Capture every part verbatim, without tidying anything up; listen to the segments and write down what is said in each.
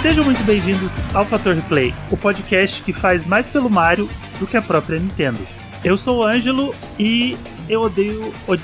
Sejam muito bem-vindos ao Fator Replay, o podcast que faz mais pelo Mario do que a própria Nintendo. Eu sou o Ângelo e eu odeio... Od...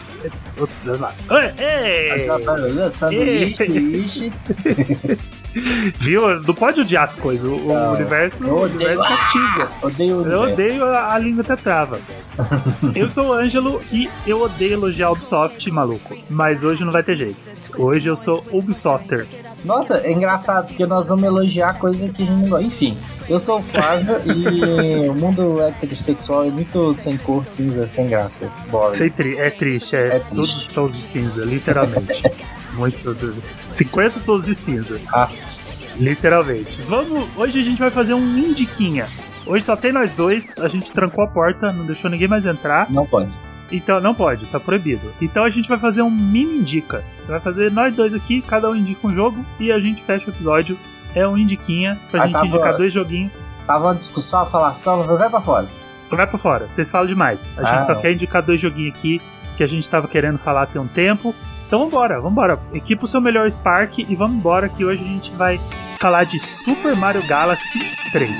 Viu? Não pode odiar as coisas. O, não, o universo, o universo castiga. Odeio o eu odeio a, a língua até trava. Eu sou o Ângelo e eu odeio elogiar a Ubisoft, maluco. Mas hoje não vai ter jeito. Hoje eu sou Ubisofter. Nossa, é engraçado, porque nós vamos elogiar coisa que a gente não gosta. Enfim, eu sou o Flávio e o mundo heterossexual é muito sem cor, cinza, sem graça. Sem tri- é triste, é, é triste. Tudo tons de cinza, literalmente. Muito. cinquenta tons de cinza. Ah. Literalmente. Vamos. Hoje a gente vai fazer um indiquinha. Hoje só tem nós dois, a gente trancou a porta, não deixou ninguém mais entrar. Não pode. Então, não pode, tá proibido. Então a gente vai fazer um mini indica. Vai fazer nós dois aqui, cada um indica um jogo e a gente fecha o episódio. É um indiquinha pra ah, gente tava, indicar dois joguinhos. Tava uma discussão, uma falação, vai pra fora. Vai pra fora, vocês falam demais. A ah, gente só não. quer indicar dois joguinhos aqui que a gente tava querendo falar tem um tempo. Então vambora, vambora. Equipa o seu melhor Spark e vamos embora que hoje a gente vai falar de Super Mario Galaxy três.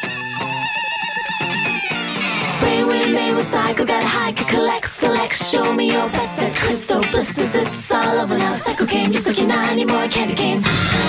Psycho, got a high, collect, select, show me your best set, crystal blisters, it's all over now. Psycho came, just like you're not anymore, candy canes.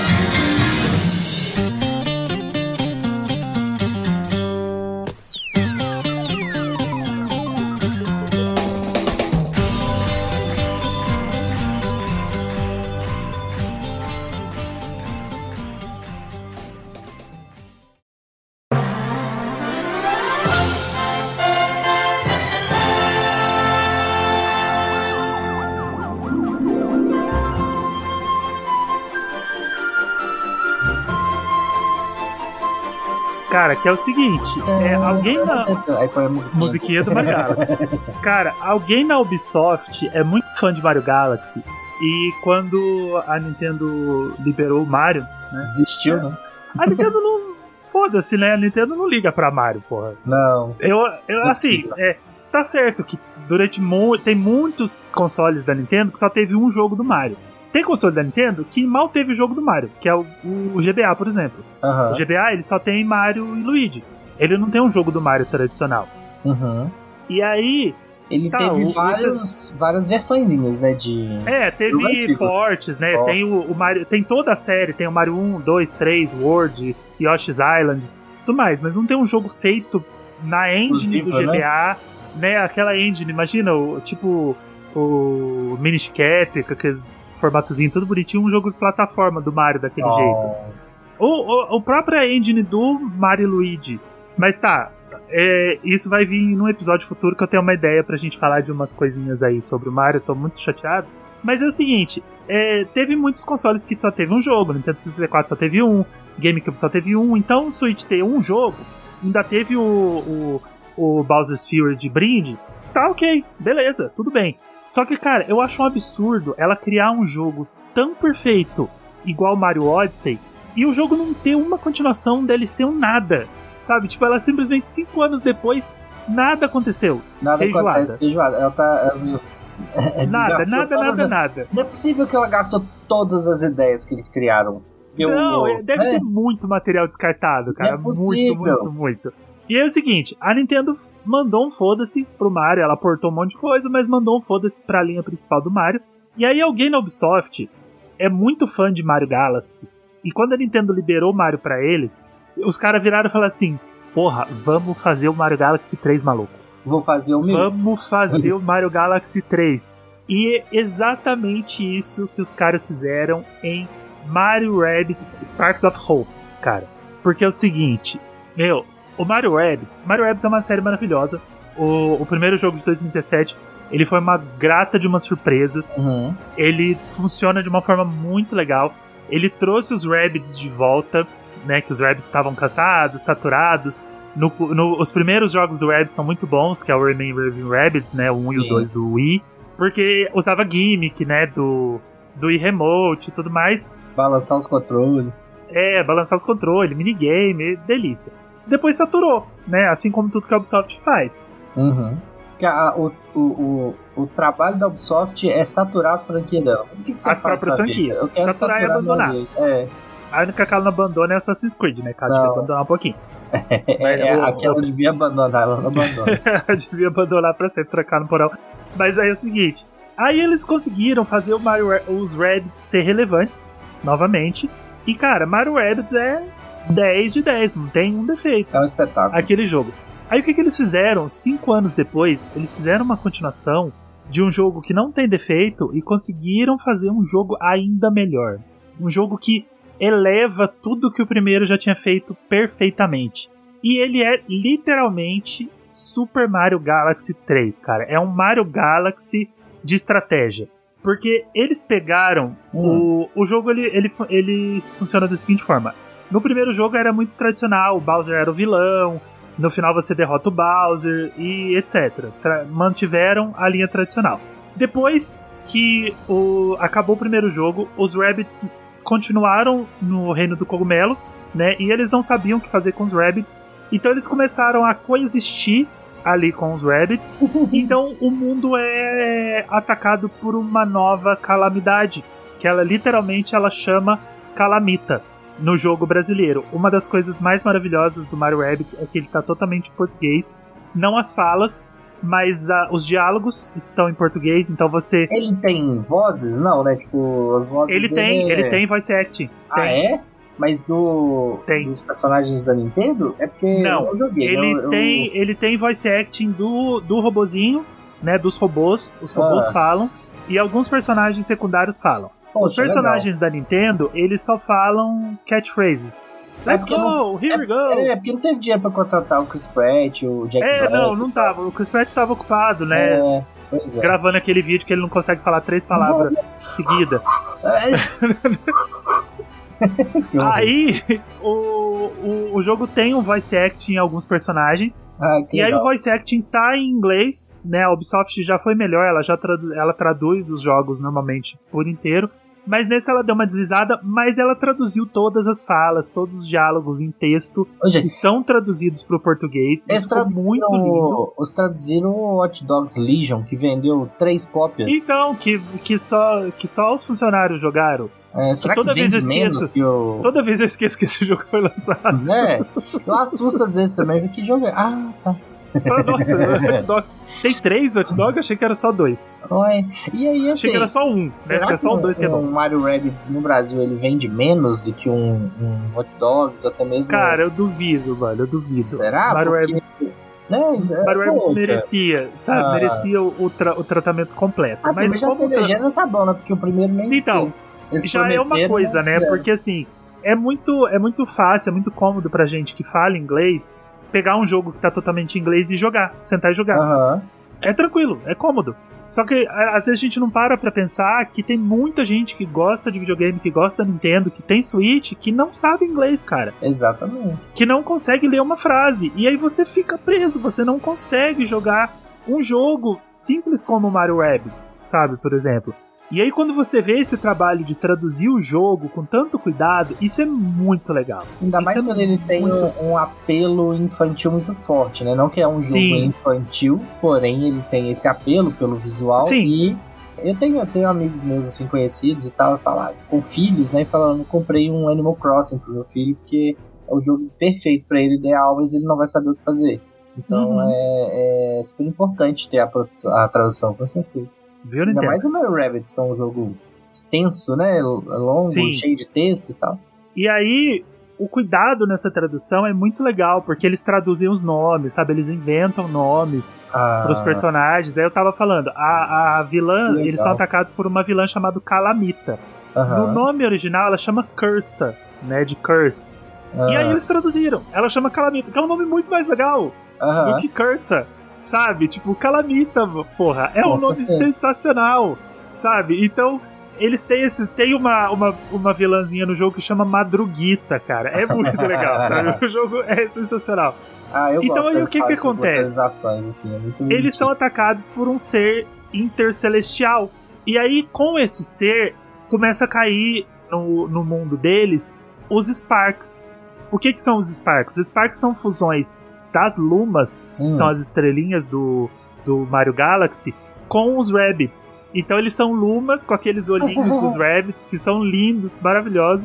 Cara, que é o seguinte, é, alguém na... Aí põe a musiquinha. musiquinha do Mario Galaxy. Cara, alguém na Ubisoft é muito fã de Mario Galaxy e quando a Nintendo liberou o Mario, né? Desistiu, né? A Nintendo não... Foda-se, né? A Nintendo não liga pra Mario, porra. Não. Eu, eu assim, é, tá certo que durante... Mu- tem muitos consoles da Nintendo que só teve um jogo do Mario. Tem console da Nintendo que mal teve o jogo do Mario, que é o, o G B A, por exemplo. Uhum. O G B A, ele só tem Mario e Luigi. Ele não tem um jogo do Mario tradicional. Uhum. E aí... Ele tá, teve o, vários, o... várias versõezinhas, né, de... É, teve ports, né, oh. tem o, o Mario... Tem toda a série, tem o Mario um, dois, três, World, Yoshi's Island, tudo mais, mas não tem um jogo feito na engine do G B A, né, né aquela engine, imagina, o, tipo o Minish Cap, aquele formatozinho tudo bonitinho, um jogo de plataforma do Mario daquele oh. jeito. O, o, o próprio engine do Mario e Luigi. Mas tá, é, isso vai vir num episódio futuro que eu tenho uma ideia pra gente falar de umas coisinhas aí sobre o Mario, eu tô muito chateado. Mas é o seguinte, é, teve muitos consoles que só teve um jogo, Nintendo sessenta e quatro só teve um, GameCube só teve um, então o Switch ter um jogo, ainda teve o, o, o Bowser's Fury de brinde, tá ok, beleza, tudo bem. Só que, cara, eu acho um absurdo ela criar um jogo tão perfeito, igual Mario Odyssey, e o jogo não ter uma continuação, um D L C, um nada. Sabe? Tipo, ela simplesmente cinco anos depois, nada aconteceu. Nada feijoada. acontece, feijoada. Ela tá... Ela, é, nada, nada, nada, as... nada. Não é possível que ela gastou todas as ideias que eles criaram. Eu, não, deve é. ter muito material descartado, cara. Não é possível. Muito, muito, muito. E é o seguinte, a Nintendo mandou um foda-se pro Mario, ela portou um monte de coisa, mas mandou um foda-se pra linha principal do Mario. E aí alguém na Ubisoft é muito fã de Mario Galaxy, e quando a Nintendo liberou o Mario pra eles, os caras viraram e falaram assim, porra, vamos fazer o Mario Galaxy três, maluco. Vou fazer o meu. Vamos fazer o Mario Galaxy três. E é exatamente isso que os caras fizeram em Mario Rabbids Sparks of Hope, cara. Porque é o seguinte, meu... O Mario Rabbids, Mario Rabbids é uma série maravilhosa. O, o primeiro jogo de dois mil e dezessete, ele foi uma grata de uma surpresa. Uhum. Ele funciona de uma forma muito legal. Ele trouxe os Rabbids de volta, né? Que os Rabbids estavam cansados, saturados. No, no, os primeiros jogos do Rabbids são muito bons, que é o Remain Raving Rabbids, né? O um Sim. e o dois do Wii. Porque usava gimmick, né? Do, do Wii Remote e tudo mais. Balançar os controles. É, balançar os controles, minigame, delícia. Depois saturou, né? Assim como tudo que a Ubisoft faz. Uhum. A, o, o, o, o trabalho da Ubisoft é saturar as franquias dela. O que, que você as faz? As próprias franquias. Saturar, saturar e abandonar. É. A única que ela não abandona é Assassin's Creed, né? Que ela devia abandonar um pouquinho. É, é, aquela devia abandonar, ela não abandona. Ela devia abandonar pra sempre, trancar no porão. Mas aí é o seguinte, aí eles conseguiram fazer o Mario, os Rabbids ser relevantes, novamente. E cara, Mario Rabbids é dez de dez, não tem um defeito. É um espetáculo. Aquele jogo. Aí o que, que eles fizeram? Cinco anos depois, eles fizeram uma continuação de um jogo que não tem defeito e conseguiram fazer um jogo ainda melhor. Um jogo que eleva tudo que o primeiro já tinha feito perfeitamente. E ele é literalmente Super Mario Galaxy três, cara. É um Mario Galaxy de estratégia. Porque eles pegaram... Hum. O, o jogo, ele, ele, ele funciona da seguinte forma. No primeiro jogo era muito tradicional, o Bowser era o vilão, no final você derrota o Bowser e etcétera. Tra- mantiveram a linha tradicional. Depois que o, acabou o primeiro jogo, os Rabbids continuaram no Reino do Cogumelo, né? E eles não sabiam o que fazer com os Rabbids, então eles começaram a coexistir ali com os Rabbids. Então o mundo é atacado por uma nova calamidade, que ela literalmente ela chama Calamita no jogo brasileiro. Uma das coisas mais maravilhosas do Mario Rabbids é que ele tá totalmente em português, não as falas, mas uh, os diálogos estão em português, então você... Ele tem vozes? Não, né? Tipo, as vozes Ele tem, é... ele tem voice acting. Ah, tem. é? Mas do, tem. dos personagens da Nintendo? É porque não, eu joguei. Ele, eu, tem, eu... ele tem voice acting do, do robozinho, né? Dos robôs. Os robôs ah. falam. E alguns personagens secundários falam. Poxa, os personagens legal. Da Nintendo, eles só falam catchphrases. Let's é go, não, here é, we go. É, porque não teve dinheiro pra contratar o Chris Pratt, o Jack É, Black, não, não tava. O Chris Pratt tava ocupado, né? É, pois é. Gravando aquele vídeo que ele não consegue falar três palavras seguidas. Aí, o, o, o jogo tem um voice acting em alguns personagens. Ah, e aí legal. O voice acting tá em inglês, né? A Ubisoft já foi melhor, ela já tradu- ela traduz os jogos normalmente por inteiro. Mas nesse ela deu uma deslizada, mas ela traduziu todas as falas, todos os diálogos em texto. Ô, gente, estão traduzidos pro português. Eles traduziram, muito lindo. Os traduziram o Watch Dogs Legion, que vendeu três cópias. Então, que, que, só, que só os funcionários jogaram. É, será toda que vez eu esqueço, que eu... Toda vez eu esqueço que esse jogo foi lançado. É, eu assusta dizer isso também, que jogo é? Ah, tá. Nossa, Hot Dog. Tem três Hot Dog? Eu achei que era só dois. Oi. E aí, assim, achei que era só um, será né? Que, que só um, dois um, que é bom. Um Mario Rabbids no Brasil, ele vende menos do que um, um Hot Dogs, ou até mesmo... Cara, eu duvido, velho, eu duvido. Será? Mario Porque... Rabbids... Não, Mario Rabbids merecia, sabe? Ah. Merecia o, o, tra- o tratamento completo. Ah, mas, sim, mas já tem legenda, tra... tá bom, né? Porque o primeiro nem Então, já é uma coisa, né? É. Porque, assim, é muito, é muito fácil, é muito cômodo pra gente que fala inglês pegar um jogo que tá totalmente em inglês e jogar, sentar e jogar. Uhum. É tranquilo, é cômodo. Só que às vezes a gente não para pra pensar que tem muita gente que gosta de videogame, que gosta da Nintendo, que tem Switch, que não sabe inglês, cara. Exatamente. Que não consegue ler uma frase. E aí você fica preso, você não consegue jogar um jogo simples como Mario Rabbids, sabe, por exemplo. E aí quando você vê esse trabalho de traduzir o jogo com tanto cuidado, isso é muito legal. Ainda isso mais é quando ele tem um, um apelo infantil muito forte, né? Não que é um jogo Sim. infantil, porém ele tem esse apelo pelo visual. Sim. E eu tenho, eu tenho amigos meus assim conhecidos e tal, falar com filhos, né? E falando, comprei um Animal Crossing pro meu filho, porque é o jogo perfeito pra ele, ideal, mas ele não vai saber o que fazer. Então uhum. é, é super importante ter a, a tradução, com certeza. Viu, Ainda mais o Mario Rabbids, que é um jogo extenso, né? Longo, Sim. cheio de texto e tal. E aí, o cuidado nessa tradução é muito legal, porque eles traduzem os nomes, sabe? Eles inventam nomes ah. pros personagens. Aí eu tava falando, a, a vilã, legal. Eles são atacados por uma vilã chamada Calamita. Uh-huh. No nome original, ela chama Cursa, né? De Curse. Uh-huh. E aí eles traduziram. Ela chama Calamita, que é um nome muito mais legal uh-huh. do que Cursa. Sabe? Tipo, Calamita, porra. É um nome sensacional, sabe? Então, eles têm esses. Tem uma, uma, uma vilãzinha no jogo que chama Madruguita, cara. É muito legal, sabe? O jogo é sensacional. Ah, eu então, gosto aí o que que acontece? Assim, é muito eles são atacados por um ser intercelestial. E aí, com esse ser, começa a cair no, no mundo deles os Sparks. O que que são os Sparks? Os Sparks são fusões das lumas, hum. são as estrelinhas do, do Mario Galaxy, com os Rabbids. Então eles são lumas com aqueles olhinhos dos Rabbids, que são lindos, maravilhosos.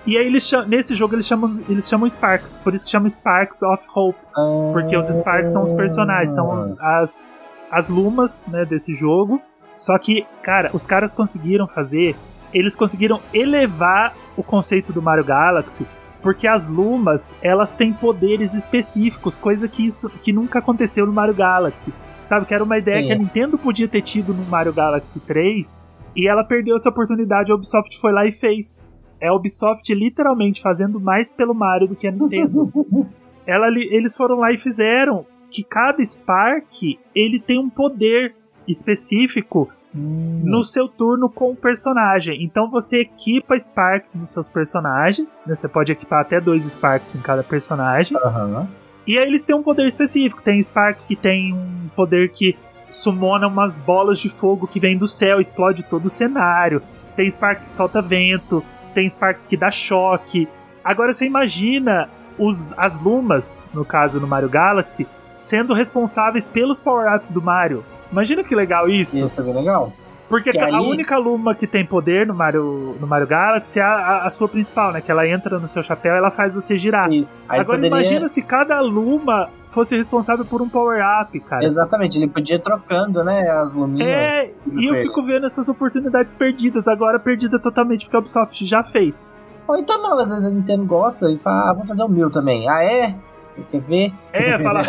E aí eles chamam, nesse jogo eles chamam, eles chamam Sparks, por isso que chama Sparks of Hope. Ah, porque os Sparks são os personagens, são os, as, as lumas, né, desse jogo. Só que, cara, os caras conseguiram fazer, eles conseguiram elevar o conceito do Mario Galaxy, porque as lumas, elas têm poderes específicos, coisa que, isso, que nunca aconteceu no Mario Galaxy. Sabe, que era uma ideia Sim. que a Nintendo podia ter tido no Mario Galaxy três, e ela perdeu essa oportunidade, a Ubisoft foi lá e fez. É a Ubisoft literalmente fazendo mais pelo Mario do que a Nintendo. Ela, eles foram lá e fizeram que cada Spark, ele tem um poder específico hum. no seu turno com o personagem. Então você equipa Sparks nos seus personagens, né? Você pode equipar até dois Sparks em cada personagem. Uhum. E aí eles têm um poder específico. Tem Spark que tem um poder que summona umas bolas de fogo que vem do céu, explode todo o cenário. Tem Spark que solta vento. Tem Spark que dá choque. Agora você imagina os, as lumas, no caso no Mario Galaxy, sendo responsáveis pelos power-ups do Mario. Imagina que legal isso. Isso é bem legal. Porque que a aí... única luma que tem poder no Mario, no Mario Galaxy é a, a, a sua principal, né? Que ela entra no seu chapéu e ela faz você girar. Isso. Aí Agora poderia... imagina se cada luma fosse responsável por um power-up, cara. Exatamente, ele podia ir trocando, né, as luminhas. É, e eu fico vendo essas oportunidades perdidas, agora perdida totalmente, porque a Ubisoft já fez. Ou então não, às vezes a Nintendo gosta e fala, ah, vou fazer o meu também. Ah, é? Quer ver? É, falar...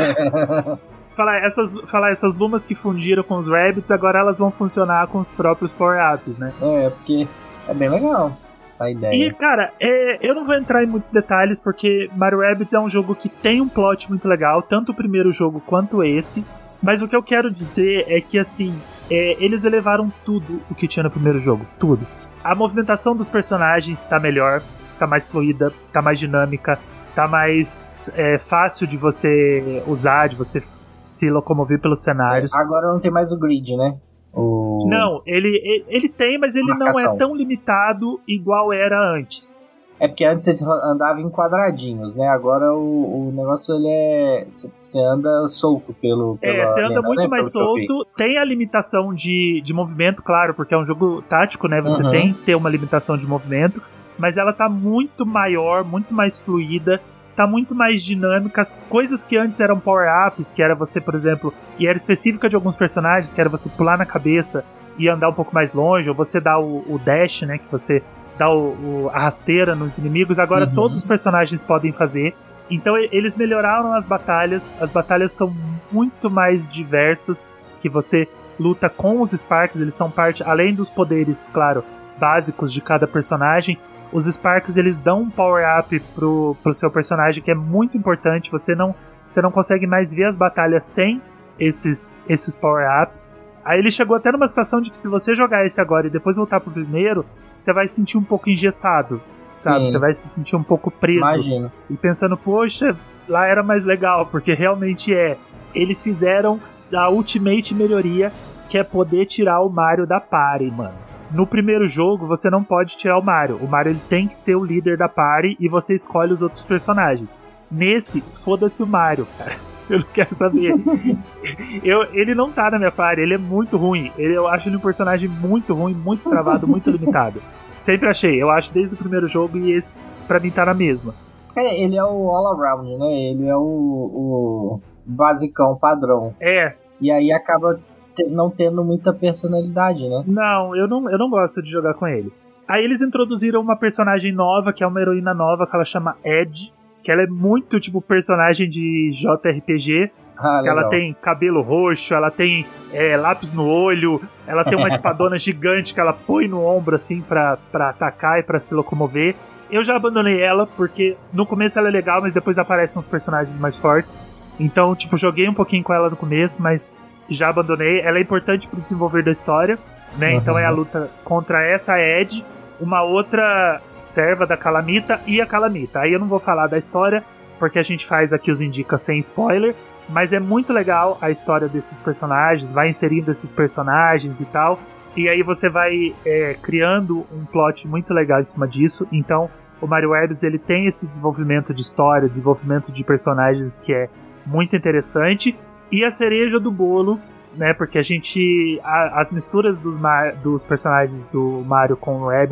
falar, essas, falar essas lumas que fundiram com os Rabbids, agora elas vão funcionar com os próprios power-ups, né? É, porque é bem legal a ideia. E, cara, é, eu não vou entrar em muitos detalhes, porque Mario Rabbids é um jogo que tem um plot muito legal, tanto o primeiro jogo quanto esse. Mas o que eu quero dizer é que, assim, é, eles elevaram tudo o que tinha no primeiro jogo. Tudo. A movimentação dos personagens tá melhor, tá mais fluida, tá mais dinâmica, tá mais é, fácil de você usar, de você se locomover pelos cenários. É, agora não tem mais o grid, né? O... Não, ele, ele, ele tem, mas ele Marcação. não é tão limitado igual era antes. É porque antes você andava em quadradinhos, né? Agora o, o negócio, ele é... Você anda solto pelo... É, você anda arena, muito né? mais Pelo solto. Tem a limitação de, de movimento, claro, porque é um jogo tático, né? Você Uhum. tem que ter uma limitação de movimento. Mas ela tá muito maior, muito mais fluida. Tá muito mais dinâmica. As coisas que antes eram power-ups, que era você, por exemplo... E era específica de alguns personagens, que era você pular na cabeça e andar um pouco mais longe. Ou você dar o, o dash, né? Que você... dá o, o, a rasteira nos inimigos, agora uhum. todos os personagens podem fazer. Então eles melhoraram as batalhas, as batalhas estão muito mais diversas, que você luta com os Sparks, eles são parte, além dos poderes, claro, básicos de cada personagem, os Sparks eles dão um power-up pro, pro seu personagem, que é muito importante, você não, você não consegue mais ver as batalhas sem esses, esses power-ups. Aí ele chegou até numa situação de que se você jogar esse agora e depois voltar pro primeiro, você vai se sentir um pouco engessado, sabe? Sim. Você vai se sentir um pouco preso. Imagino. E pensando, poxa, lá era mais legal, porque realmente é. Eles fizeram a ultimate melhoria, que é poder tirar o Mario da party, mano. No primeiro jogo, você não pode tirar o Mario. O Mario ele tem que ser o líder da party e você escolhe os outros personagens. Nesse, foda-se o Mario, cara. Eu não quero saber. eu, ele não tá na minha party, ele é muito ruim. Ele, eu acho ele um personagem muito ruim, muito travado, muito limitado. Sempre achei, eu acho desde o primeiro jogo e esse pra mim tá na mesma. É, ele é o all around, né? Ele é o, o basicão padrão. É. E aí acaba te, não tendo muita personalidade, né? Não, eu não, eu não gosto de jogar com ele. Aí eles introduziram uma personagem nova, que é uma heroína nova, que ela chama Edge. Que ela é muito, tipo, personagem de J R P G. Ah, que ela tem cabelo roxo, ela tem é, lápis no olho, ela tem uma espadona gigante que ela põe no ombro, assim, pra, pra atacar e pra se locomover. Eu já abandonei ela, porque no começo ela é legal, mas depois aparecem uns personagens mais fortes. Então, tipo, joguei um pouquinho com ela no começo, mas já abandonei. Ela é importante pro desenvolver da história, né? Uhum. Então é a luta contra essa Edge, uma outra serva da Calamita e a Calamita. Aí eu não vou falar da história, porque a gente faz aqui os indica sem spoiler, mas é muito legal a história desses personagens, vai inserindo esses personagens e tal, e aí você vai é, criando um plot muito legal em cima disso. Então o Mario Rabbids ele tem esse desenvolvimento de história, desenvolvimento de personagens que é muito interessante, e a cereja do bolo, né, porque a gente a, as misturas dos, Mar, dos personagens do Mario com o Rabbids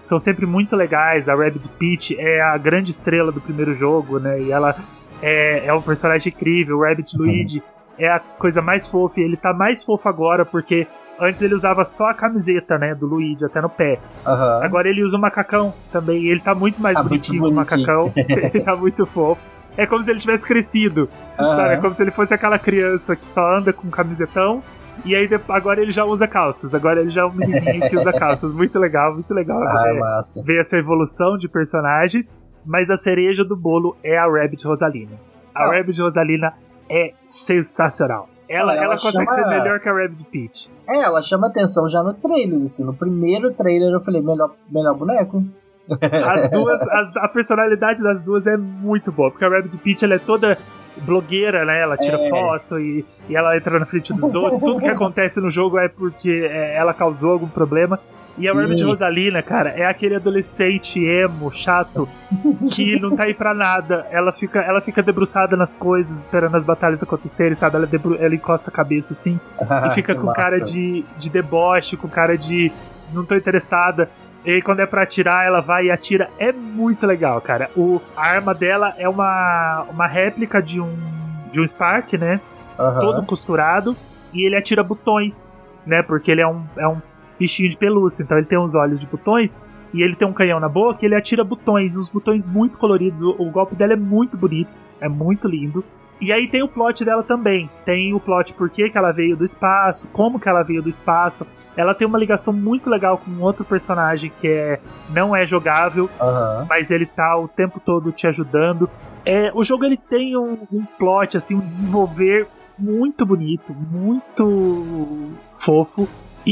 são sempre muito legais. A Rabbid Peach é a grande estrela do primeiro jogo, né? E ela é, é um personagem incrível. O Rabbid Luigi uhum. é a coisa mais fofa. E ele tá mais fofo agora porque antes ele usava só a camiseta, né? Do Luigi, até no pé. Uhum. Agora ele usa o macacão também. E ele tá muito mais tá bonitinho muito o macacão. Ele tá muito fofo. É como se ele tivesse crescido, uhum. sabe? É como se ele fosse aquela criança que só anda com camisetão. E aí agora ele já usa calças. Agora ele já é um menininho que usa calças. Muito legal, muito legal. Ah, é, massa. Ver essa evolução de personagens. Mas a cereja do bolo é a Rabbid Rosalina. A oh. Rabbid Rosalina é sensacional. Ela, ela, ela consegue chama... ser melhor que a Rabbid Peach. É, ela chama atenção já no trailer. Assim. No primeiro trailer eu falei, melhor, melhor boneco. As duas, as, a personalidade das duas é muito boa. Porque a Rabbid Peach ela é toda blogueira, né? Ela tira é. foto e, e ela entra na frente dos outros. Tudo que acontece no jogo é porque é, ela causou algum problema. E Sim. a Rabbid Rosalina, cara, é aquele adolescente emo, chato, que não tá aí pra nada. Ela fica, ela fica debruçada nas coisas, esperando as batalhas acontecerem, sabe? Ela, debru- ela encosta a cabeça assim e fica com massa. cara de, de deboche, com cara de não tô interessada. E aí, quando é pra atirar, ela vai e atira. É muito legal, cara. O, a arma dela é uma, uma réplica de um, de um Spark, né? Uhum. Todo costurado. E ele atira botões, né? Porque ele é um, é um bichinho de pelúcia. Então ele tem uns olhos de botões. E ele tem um canhão na boca e ele atira botões. Uns botões muito coloridos. O, o golpe dela é muito bonito. É muito lindo. E aí tem o plot dela também. Tem o plot por que ela veio do espaço, como que ela veio do espaço. Ela tem uma ligação muito legal com um outro personagem que é, não é jogável, uhum. mas ele tá o tempo todo te ajudando. É, o jogo ele tem um, um plot, assim, um desenvolver muito bonito, muito fofo.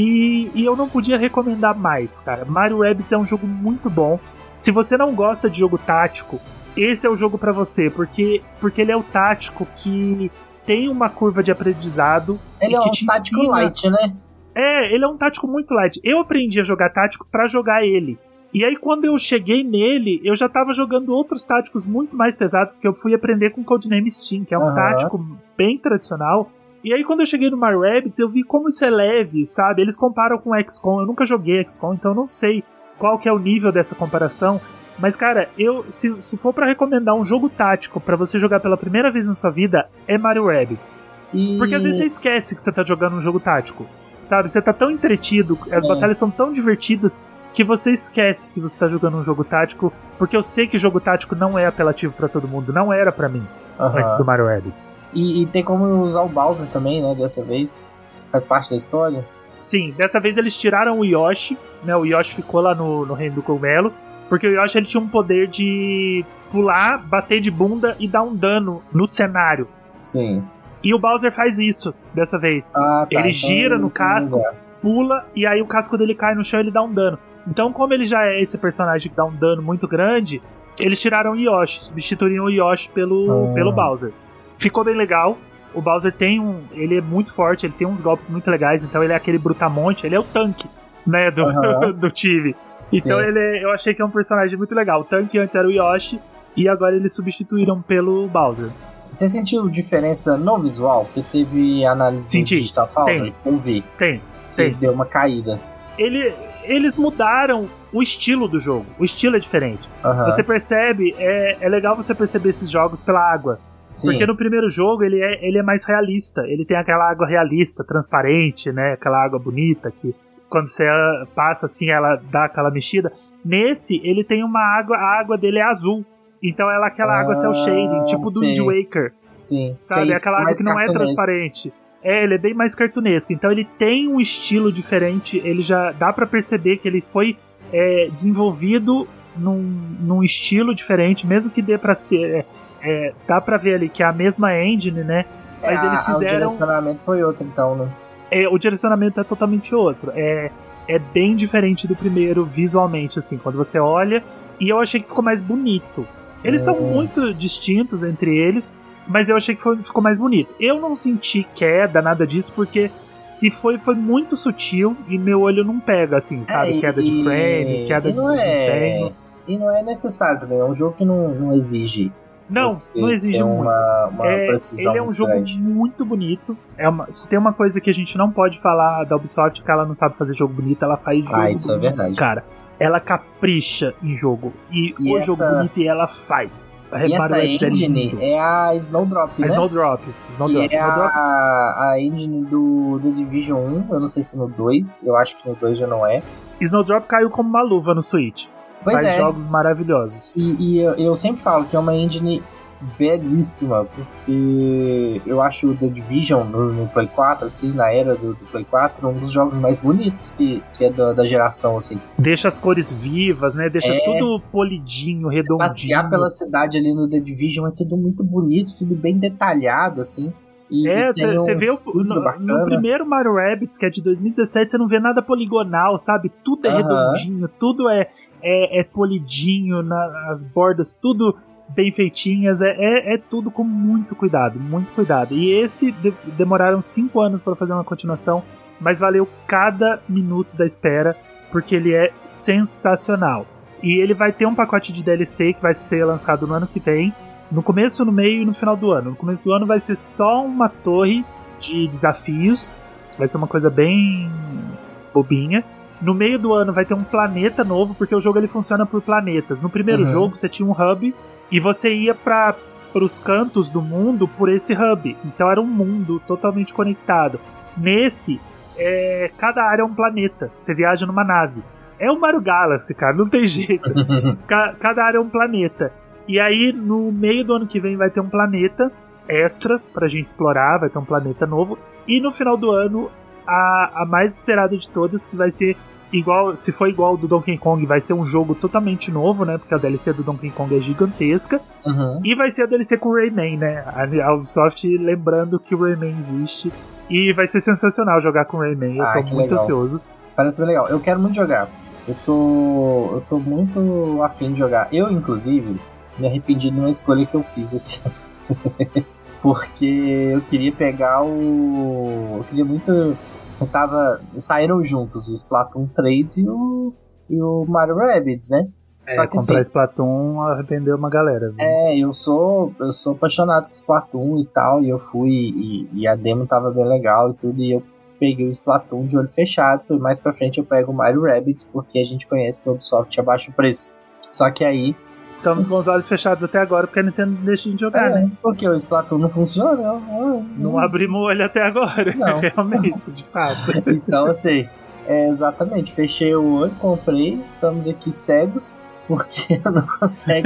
E, e eu não podia recomendar mais, cara. Mario Rabbids é um jogo muito bom. Se você não gosta de jogo tático, esse é o jogo pra você, porque, porque ele é o tático que tem uma curva de aprendizado. Ele e é que um te tático ensina... light, né? É, ele é um tático muito light. Eu aprendi a jogar tático pra jogar ele. E aí quando eu cheguei nele, eu já tava jogando outros táticos muito mais pesados, porque eu fui aprender com Codename Steam, que é um uhum. tático bem tradicional. E aí quando eu cheguei no Mario Rabbids, eu vi como isso é leve, sabe? Eles comparam com o X COM. Eu nunca joguei X COM, então eu não sei qual que é o nível dessa comparação. Mas, cara, eu se, se for pra recomendar um jogo tático pra você jogar pela primeira vez na sua vida, é Mario Rabbids. E... Porque às vezes você esquece que você tá jogando um jogo tático, sabe? Você tá tão entretido, as é. batalhas são tão divertidas que você esquece que você tá jogando um jogo tático, porque eu sei que jogo tático não é apelativo pra todo mundo, não era pra mim, uhum. antes do Mario Rabbids. E, e tem como usar o Bowser também, né, dessa vez? Faz parte da história? Sim, dessa vez eles tiraram o Yoshi, né, o Yoshi ficou lá no, no Reino do Cogumelo, porque o Yoshi ele tinha um poder de pular, bater de bunda e dar um dano no cenário. Sim. E o Bowser faz isso dessa vez. Ah, tá. Ele então gira ele no casco, lugar. pula, e aí o casco dele cai no chão e ele dá um dano. Então, como ele já é esse personagem que dá um dano muito grande, eles tiraram o Yoshi, substituíram o Yoshi pelo, ah. pelo Bowser. Ficou bem legal. O Bowser tem um... Ele é muito forte, ele tem uns golpes muito legais, então ele é aquele brutamonte, ele é o tanque, né, do, uh-huh. do time. Então ele é, eu achei que é um personagem muito legal. O tanque antes era o Yoshi, e agora eles substituíram pelo Bowser. Você sentiu diferença no visual? Porque teve análise Senti. do Digital Foundry? Tem. Eu vi. Tem. Que Tem. deu uma caída. Ele, eles mudaram o estilo do jogo. O estilo é diferente. Uh-huh. Você percebe, é, é legal você perceber esses jogos pela água. Sim. Porque no primeiro jogo ele é, ele é mais realista. Ele tem aquela água realista, transparente, né? Aquela água bonita que quando você passa assim ela dá aquela mexida. Nesse, ele tem uma água, a água dele é azul. Então ela é aquela ah, água cel shading, tipo do Wind Waker. Sim. Sabe? Que é aquela água que não é transparente. É, ele é bem mais cartunesco. Então ele tem um estilo diferente. Ele já dá pra perceber que ele foi é, desenvolvido num, num estilo diferente, mesmo que dê pra ser. É, é, dá pra ver ali que é a mesma engine, né? Mas é, eles fizeram. O direcionamento foi outro, então, né? É, o direcionamento é totalmente outro. É, é bem diferente do primeiro visualmente, assim, quando você olha. E eu achei que ficou mais bonito. Eles são muito distintos entre eles, mas eu achei que foi, ficou mais bonito. Eu não senti queda, nada disso, porque se foi, foi muito sutil e meu olho não pega, assim, sabe? É, queda e, de frame, queda de desempenho. É, e não é necessário também, é um jogo que não, não exige. Não, não exige muito. Uma, uma é, precisão ele é um jogo grande. muito bonito. É uma, se tem uma coisa que a gente não pode falar da Ubisoft, que ela não sabe fazer jogo bonito, ela faz jogo ah, isso bonito, é verdade. cara. ela capricha em jogo. E, E o essa- jogo bonito e ela faz. E essa Mario Rabbids é engine lindo. é a Snowdrop, A né? Snowdrop. Snowdrop. Que é Snowdrop. a, a engine do The Division um, eu não sei se no dois, eu acho que no dois já não é. Snowdrop caiu como uma luva no Switch. Pois Faz é, jogos maravilhosos. e, e eu, eu sempre falo que é uma engine belíssima, porque eu acho o The Division no, no Play quatro, assim, na era do, do Play quatro, um dos jogos mais bonitos que, que é da, da geração, assim. Deixa as cores vivas, né? Deixa É. tudo polidinho, Você redondinho. passear pela cidade ali no The Division é tudo muito bonito, tudo bem detalhado, assim. E, É, e tem você um vê o, filtro no, bacana. no primeiro Mario Rabbids, que é de dois mil e dezessete, você não vê nada poligonal, sabe? Tudo é Aham. redondinho, tudo é, é, é polidinho, na- as bordas, tudo bem feitinhas, é, é, é tudo com muito cuidado, muito cuidado. E esse de- demoraram cinco anos para fazer uma continuação, mas valeu cada minuto da espera, porque ele é sensacional. E ele vai ter um pacote de D L C que vai ser lançado no ano que vem, no começo, no meio e no final do ano. No começo do ano vai ser só uma torre de desafios, vai ser uma coisa bem bobinha. No meio do ano vai ter um planeta novo, porque o jogo ele funciona por planetas. No primeiro Uhum. jogo você tinha um hub e você ia para os cantos do mundo por esse hub. Então era um mundo totalmente conectado. Nesse, é, cada área é um planeta. Você viaja numa nave. É o Mario Galaxy, cara, não tem jeito. Ca- cada área é um planeta. E aí, no meio do ano que vem, vai ter um planeta extra pra gente explorar, vai ter um planeta novo. E no final do ano, a, a mais esperada de todas, que vai ser igual, se for igual ao do Donkey Kong, vai ser um jogo totalmente novo, né? Porque a D L C do Donkey Kong é gigantesca. Uhum. E vai ser a D L C com o Rayman, né? A a Ubisoft lembrando que o Rayman existe. E vai ser sensacional jogar com o Rayman. Eu Ah, tô que muito legal. ansioso. Parece bem legal. Eu quero muito jogar. Eu tô. Eu tô muito afim de jogar. Eu, inclusive, me arrependi de uma escolha que eu fiz esse ano. Porque eu queria pegar o. Eu queria muito. Eu tava. Saíram juntos o Splatoon três e o. E o Mario Rabbids, né? Só É, que comprar assim, Splatoon arrependeu uma galera. Viu? é, eu sou, eu sou apaixonado com Splatoon e tal, e eu fui, e, e a demo tava bem legal e tudo, e eu peguei o Splatoon de olho fechado, falei, mais pra frente eu pego o Mario Rabbids, porque a gente conhece que a Ubisoft abaixa o preço. Só que aí, Estamos com os olhos fechados até agora, porque a Nintendo não deixa de jogar, é, né? porque o Splatoon não funciona, eu- eu- Não eu- abrimos o olho até agora, Não. realmente, de fato. Então, assim, é, exatamente, fechei o olho, comprei, estamos aqui cegos, porque eu não consigo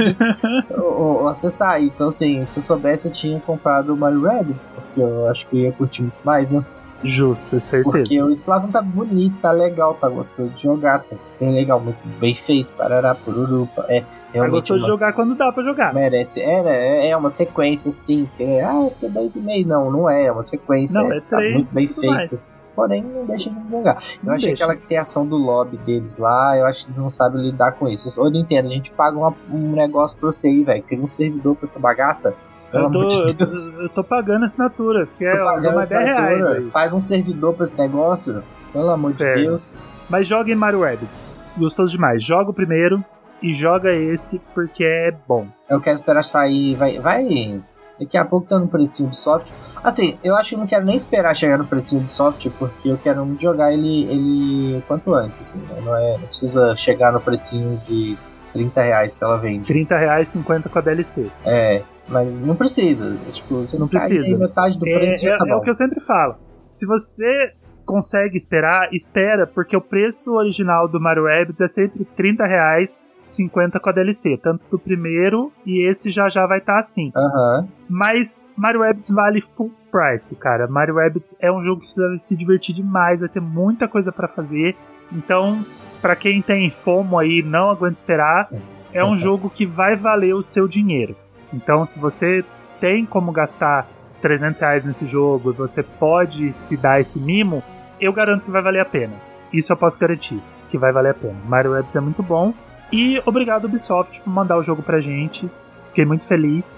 o- o- acessar. Então, assim, se eu soubesse, eu tinha comprado o Mario Rabbids, porque eu acho que eu ia curtir muito mais, né? Justo, certeza. Porque o Splatoon tá bonito, tá legal, tá gostoso de jogar, tá super legal, muito bem feito, parará, pururu, é Tá realmente gostoso de uma- jogar quando dá pra jogar. merece, é, né, é uma sequência, assim, que é, ah, porque é dois e meio, não, não é, é uma sequência, Não, é tá três muito bem e tudo feito, mais. porém não deixa de jogar. Eu Não achei deixa. aquela criação do lobby deles lá, eu acho que eles não sabem lidar com isso. Ô Nintendo, a gente paga uma- um negócio pra você aí, velho, cria um servidor pra essa bagaça, pelo Eu tô, amor de eu, Deus. tô, eu tô pagando assinaturas, que é Tô pagando mais dez reais. assinatura, Aí. faz um servidor pra esse negócio, pelo amor de Sério. Deus. Mas joga em Mario Rabbids. Gostoso demais. Joga o primeiro e joga esse porque é bom. Eu quero esperar sair, vai, vai, daqui a pouco tá no precinho do soft. Assim, eu acho que eu não quero nem esperar chegar no precinho do soft, porque eu quero muito jogar ele, ele quanto antes, assim, né? Não, é, não precisa chegar no precinho de trinta reais que ela vende. trinta reais, cinquenta com a D L C. É, mas não precisa, tipo, você Não não precisa. precisa. Metade do É, preço já é- tá é bom. o que eu sempre falo. Se você consegue esperar, espera, porque o preço original do Mario Rabbids é sempre trinta reais, cinquenta com a D L C. Tanto do primeiro e esse já já vai estar assim. Aham, Mas Mario Rabbids vale full price, cara. Mario Rabbids é um jogo que você vai se divertir demais, vai ter muita coisa pra fazer. Então, pra quem tem FOMO aí, não aguenta esperar, é um jogo que vai valer o seu dinheiro. Então, se você tem como gastar trezentos reais nesse jogo e você pode se dar esse mimo, eu garanto que vai valer a pena. Isso eu posso garantir, que vai valer a pena. Mario Rabbids é muito bom. E obrigado, Ubisoft, por mandar o jogo pra gente. Fiquei muito feliz.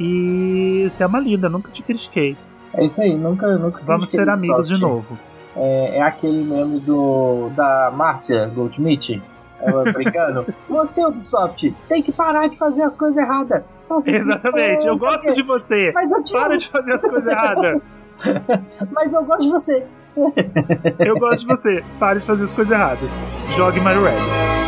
E você é uma linda, nunca te critiquei. é isso aí, nunca, nunca Vamos critiquei ser o amigos Ubisoft. de novo. É, é aquele meme do, da Márcia Goldschmidt, ela brincando. Você, Ubisoft, tem que parar de fazer as coisas erradas. Exatamente, eu gosto de você. Mas eu te Para amo. de fazer as coisas erradas. Mas eu gosto de você. Eu gosto de você. Pare de fazer as coisas erradas. Jogue Mario Rabbids.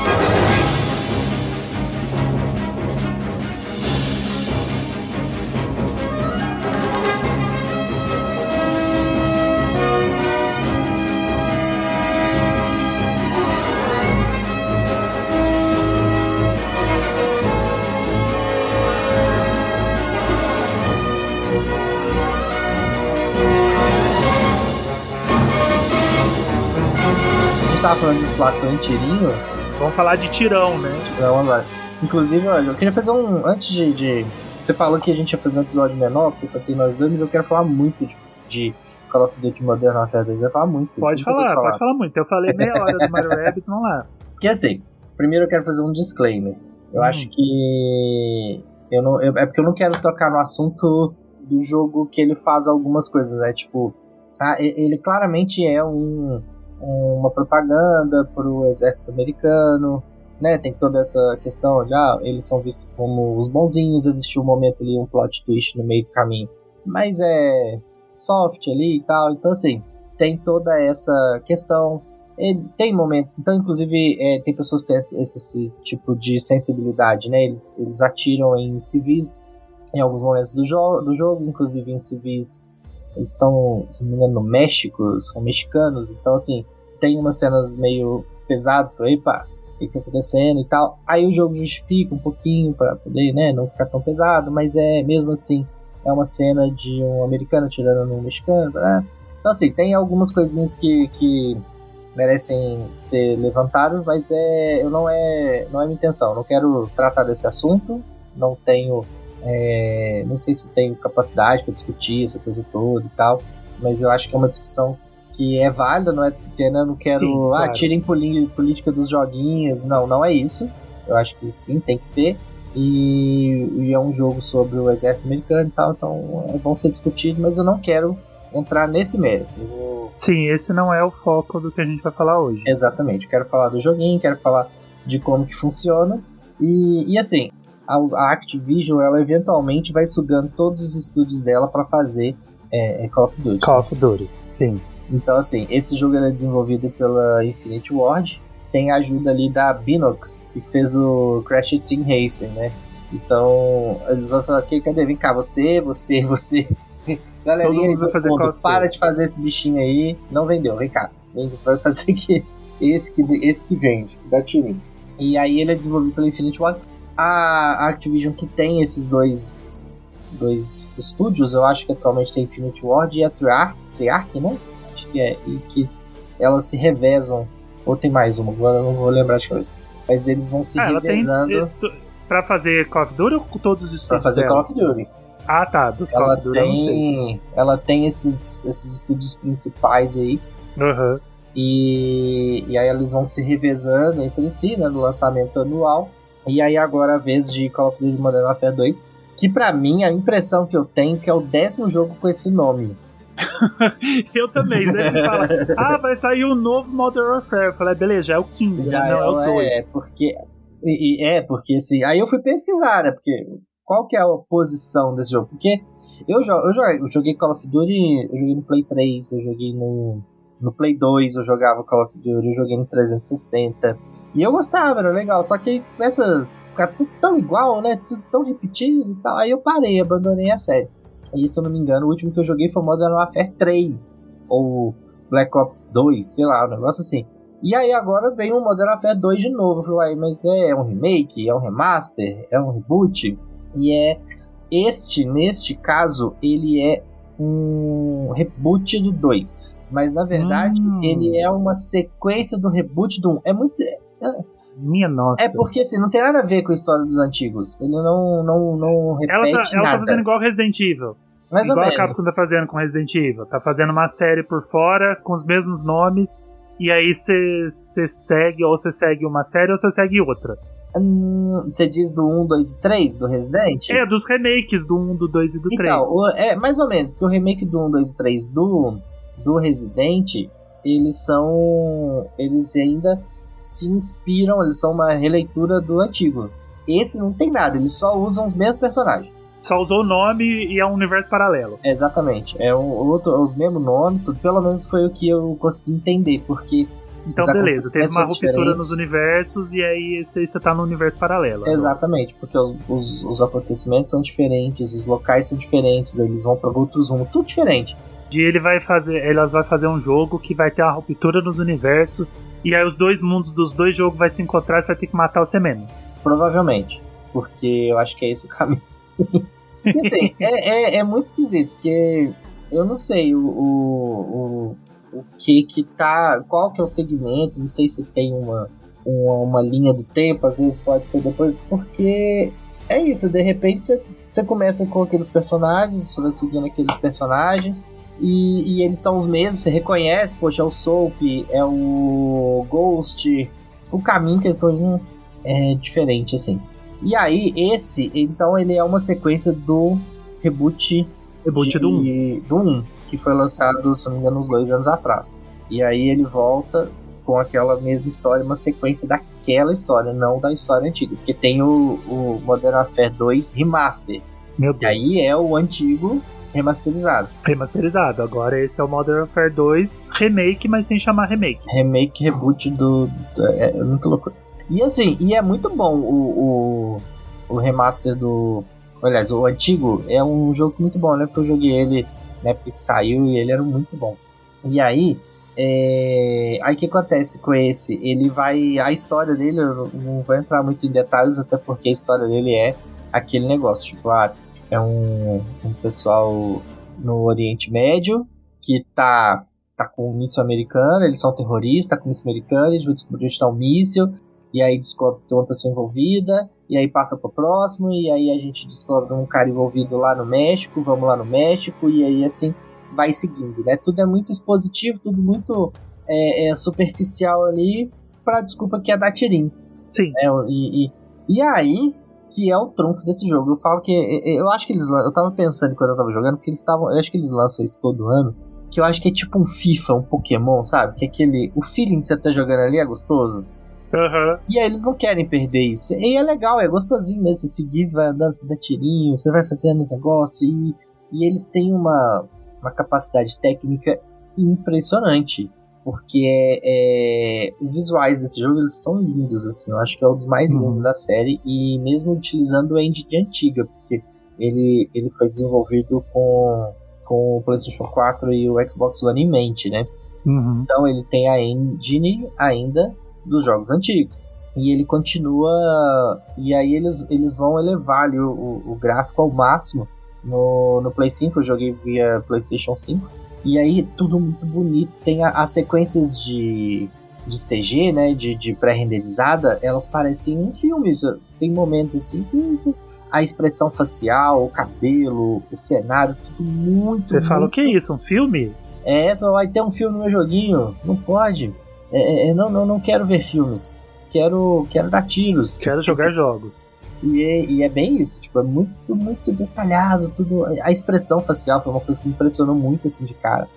Tava falando de Splatoon e tirinho. Vamos falar de tirão, né? Tirão agora. Inclusive, olha, eu queria fazer um. Antes de, de. Você falou que a gente ia fazer um episódio menor, porque só tem nós dois, mas eu quero falar muito de, de Call of Duty Modern Warfare dois. Eu ia falar muito. Pode falar, falar, pode falar muito. Eu falei meia hora do Mario Rabbids, vamos lá. Porque assim, primeiro eu quero fazer um disclaimer. Eu hum. acho que. Eu não, eu, é porque eu não quero tocar no assunto do jogo que ele faz algumas coisas, né? Tipo, ah, ele claramente é um. uma propaganda pro exército americano, né, tem toda essa questão de, ah, eles são vistos como os bonzinhos, existiu um momento ali, um plot twist no meio do caminho, mas é soft ali e tal, então assim, tem toda essa questão, ele tem momentos, então inclusive é, tem pessoas que têm esse, esse tipo de sensibilidade, né, eles, eles atiram em civis em alguns momentos do, jo- do jogo, inclusive em civis. Eles estão, se não me engano, no México, são mexicanos, então assim, tem umas cenas meio pesadas, falei, epa, o que tá acontecendo e tal. Aí o jogo justifica um pouquinho pra poder, né, não ficar tão pesado, mas é, mesmo assim, é uma cena de um americano atirando num mexicano, né? Então assim, tem algumas coisinhas que, que merecem ser levantadas, mas é, eu não é, não é minha intenção, não quero tratar desse assunto, não tenho... É, não sei se tenho capacidade para discutir essa coisa toda e tal, mas eu acho que é uma discussão que é válida, não é porque né, eu não quero, sim, ah, claro. Tirem política dos joguinhos, não, não é isso, eu acho que sim, tem que ter, e, e é um jogo sobre o exército americano e tal, então é bom ser discutido, mas eu não quero entrar nesse mérito. Vou... Sim, esse não é o foco do que a gente vai falar hoje. Exatamente, eu quero falar do joguinho, quero falar de como que funciona, e, e assim, a Activision, ela eventualmente vai sugando todos os estúdios dela pra fazer é, Call of Duty. Call of Duty, sim. Então, assim, esse jogo é desenvolvido pela Infinity Ward, tem a ajuda ali da Binox, que fez o Crash Team Racing, né? Então, eles vão falar, ok, cadê? Vem cá, você, você, você. Galerinha aí do fundo, para de fazer esse bichinho aí, não vendeu, vem cá. Vem, vai fazer que esse, que esse que vende, dá tirinho. E aí ele é desenvolvido pela Infinity Ward. A Activision, que tem esses dois, dois estúdios, eu acho que atualmente tem Infinity Ward e a Treyarch, Treyarch, né? Acho que é, e que elas se revezam, ou tem mais uma, agora eu não vou lembrar de coisa, mas eles vão se ah, revezando. Tem, pra fazer Call of Duty ou com todos os estúdios? Pra fazer dela? Call of Duty. Ah, tá, dos Call of Duty tem, eu não sei. Ela tem esses, esses estúdios principais aí, uhum. e, e aí eles vão se revezando entre si, né, no lançamento anual. E aí agora a vez de Call of Duty Modern Warfare dois, que pra mim a impressão que eu tenho é que é o décimo jogo com esse nome. Eu também, sempre fala, ah, vai sair um novo Modern Warfare. Eu falei, beleza, já é o quinze, já não é, é o dois. É, porque, e, e, é, porque assim, aí eu fui pesquisar, né, porque qual que é a posição desse jogo? Porque eu, eu, joguei, eu joguei Call of Duty, eu joguei no Play três, eu joguei no, no Play dois, eu jogava Call of Duty, eu joguei no trezentos e sessenta... E eu gostava, era legal, só que começa a ficar tudo tão igual, né, tudo tão repetido e tal, aí eu parei, abandonei a série. E se eu não me engano, o último que eu joguei foi o Modern Warfare três, ou Black Ops dois, sei lá, um negócio assim. E aí agora vem o Modern Warfare dois de novo, eu falei, mas é um remake, é um remaster, é um reboot, e é, este, neste caso, ele é um reboot do dois, mas na verdade hum. ele é uma sequência do reboot do um, é muito... Minha nossa. É porque assim, não tem nada a ver com a história dos antigos. Ele não, não, não repete ela tá, ela nada. Ela tá fazendo igual Resident Evil. Mais igual ou a Capcom tá fazendo com Resident Evil. Tá fazendo uma série por fora, com os mesmos nomes, e aí você segue, ou você segue uma série, ou você segue outra. Você hum, diz do um, dois e três, do Resident? É, dos remakes do um, do dois e do três. Então, o, é mais ou menos, porque o remake do um, dois e três do, do Resident, eles são... Eles ainda... se inspiram, eles são uma releitura do antigo. Esse não tem nada, eles só usam os mesmos personagens. Só usou o nome e é um universo paralelo. É, exatamente. É o outro, os mesmos nomes, tudo. Pelo menos foi o que eu consegui entender, porque... Então, beleza, teve uma ruptura nos universos e aí esse aí você tá no universo paralelo. Exatamente, agora. Porque os, os, os acontecimentos são diferentes, os locais são diferentes, eles vão pra outros rumos, tudo diferente. E ele vai fazer, elas vai fazer um jogo que vai ter uma ruptura nos universos e aí os dois mundos dos dois jogos vai se encontrar e você vai ter que matar você mesmo. Provavelmente, porque eu acho que é esse o caminho. Porque assim, é, é, é muito esquisito, porque eu não sei o, o, o, o que que tá, qual que é o segmento, não sei se tem uma, uma, uma linha do tempo, às vezes pode ser depois, porque é isso, de repente você, você começa com aqueles personagens, você vai seguindo aqueles personagens, e, e eles são os mesmos, você reconhece, poxa, é o Soap, é o Ghost, o caminho que eles estão indo é diferente, assim. E aí, esse, então, ele é uma sequência do reboot, reboot de, do um. do um, que foi lançado, se não me engano, uns dois anos atrás. E aí ele volta com aquela mesma história, uma sequência daquela história, não da história antiga. Porque tem o, o Modern Warfare dois Remaster. Meu Deus. E aí é o antigo remasterizado. Remasterizado. Agora esse é o Modern Warfare dois Remake, mas sem chamar remake. Remake, reboot do... do é, é muito louco. E assim, e é muito bom o, o, o remaster do... Aliás, o antigo é um jogo muito bom, né? Porque eu joguei ele na época que saiu e ele era muito bom. E aí, é... aí o que acontece com esse? Ele vai... A história dele, eu não vou entrar muito em detalhes, até porque a história dele é aquele negócio, tipo, ah, é um, um pessoal no Oriente Médio que tá, tá com um míssil americano, eles são terroristas, tá com um míssil americano, eles vão descobrir onde tá o míssil, e aí descobre que tem uma pessoa envolvida, e aí passa pro próximo, e aí a gente descobre um cara envolvido lá no México, vamos lá no México, e aí assim vai seguindo, né? Tudo é muito expositivo, tudo muito é, é, superficial ali, pra desculpa que é dar tirinho. Sim. Né? E, e, e aí que é o trunfo desse jogo. Eu falo que, eu acho que eles, eu tava pensando quando eu tava jogando, porque eles estavam, eu acho que eles lançam isso todo ano, que eu acho que é tipo um FIFA, um Pokémon, sabe? Que é aquele, o feeling que você tá jogando ali é gostoso. Uhum. E aí eles não querem perder isso. E é legal, é gostosinho mesmo. Você seguir, você vai andando, você dá tirinho, você vai fazendo os negócios. E, e eles têm uma, uma capacidade técnica impressionante. Porque é, é, os visuais desse jogo, eles estão lindos, assim. Eu acho que é um dos mais lindos uhum. da série. E mesmo utilizando a engine antiga, porque ele, ele foi desenvolvido com, com o PlayStation quatro e o Xbox One em mente, né? Uhum. Então ele tem a engine ainda dos jogos antigos. E ele continua... E aí eles, eles vão elevar ali o, o, o gráfico ao máximo. No, no Play cinco, eu joguei via PlayStation cinco. E aí tudo muito bonito. Tem a, as sequências de, de C G, né? De, de pré-renderizada. Elas parecem um filme. Tem momentos assim que... A expressão facial, o cabelo, o cenário, tudo muito... Você fala o que é isso? Um filme? É, só vai ter um filme no meu joguinho. Não pode... É, é, não, não, não quero ver filmes. Quero, quero dar tiros. Quero jogar jogos. E é, e é bem isso. Tipo, é muito, muito detalhado. Tudo. A expressão facial foi uma coisa que me impressionou muito, assim, de cara.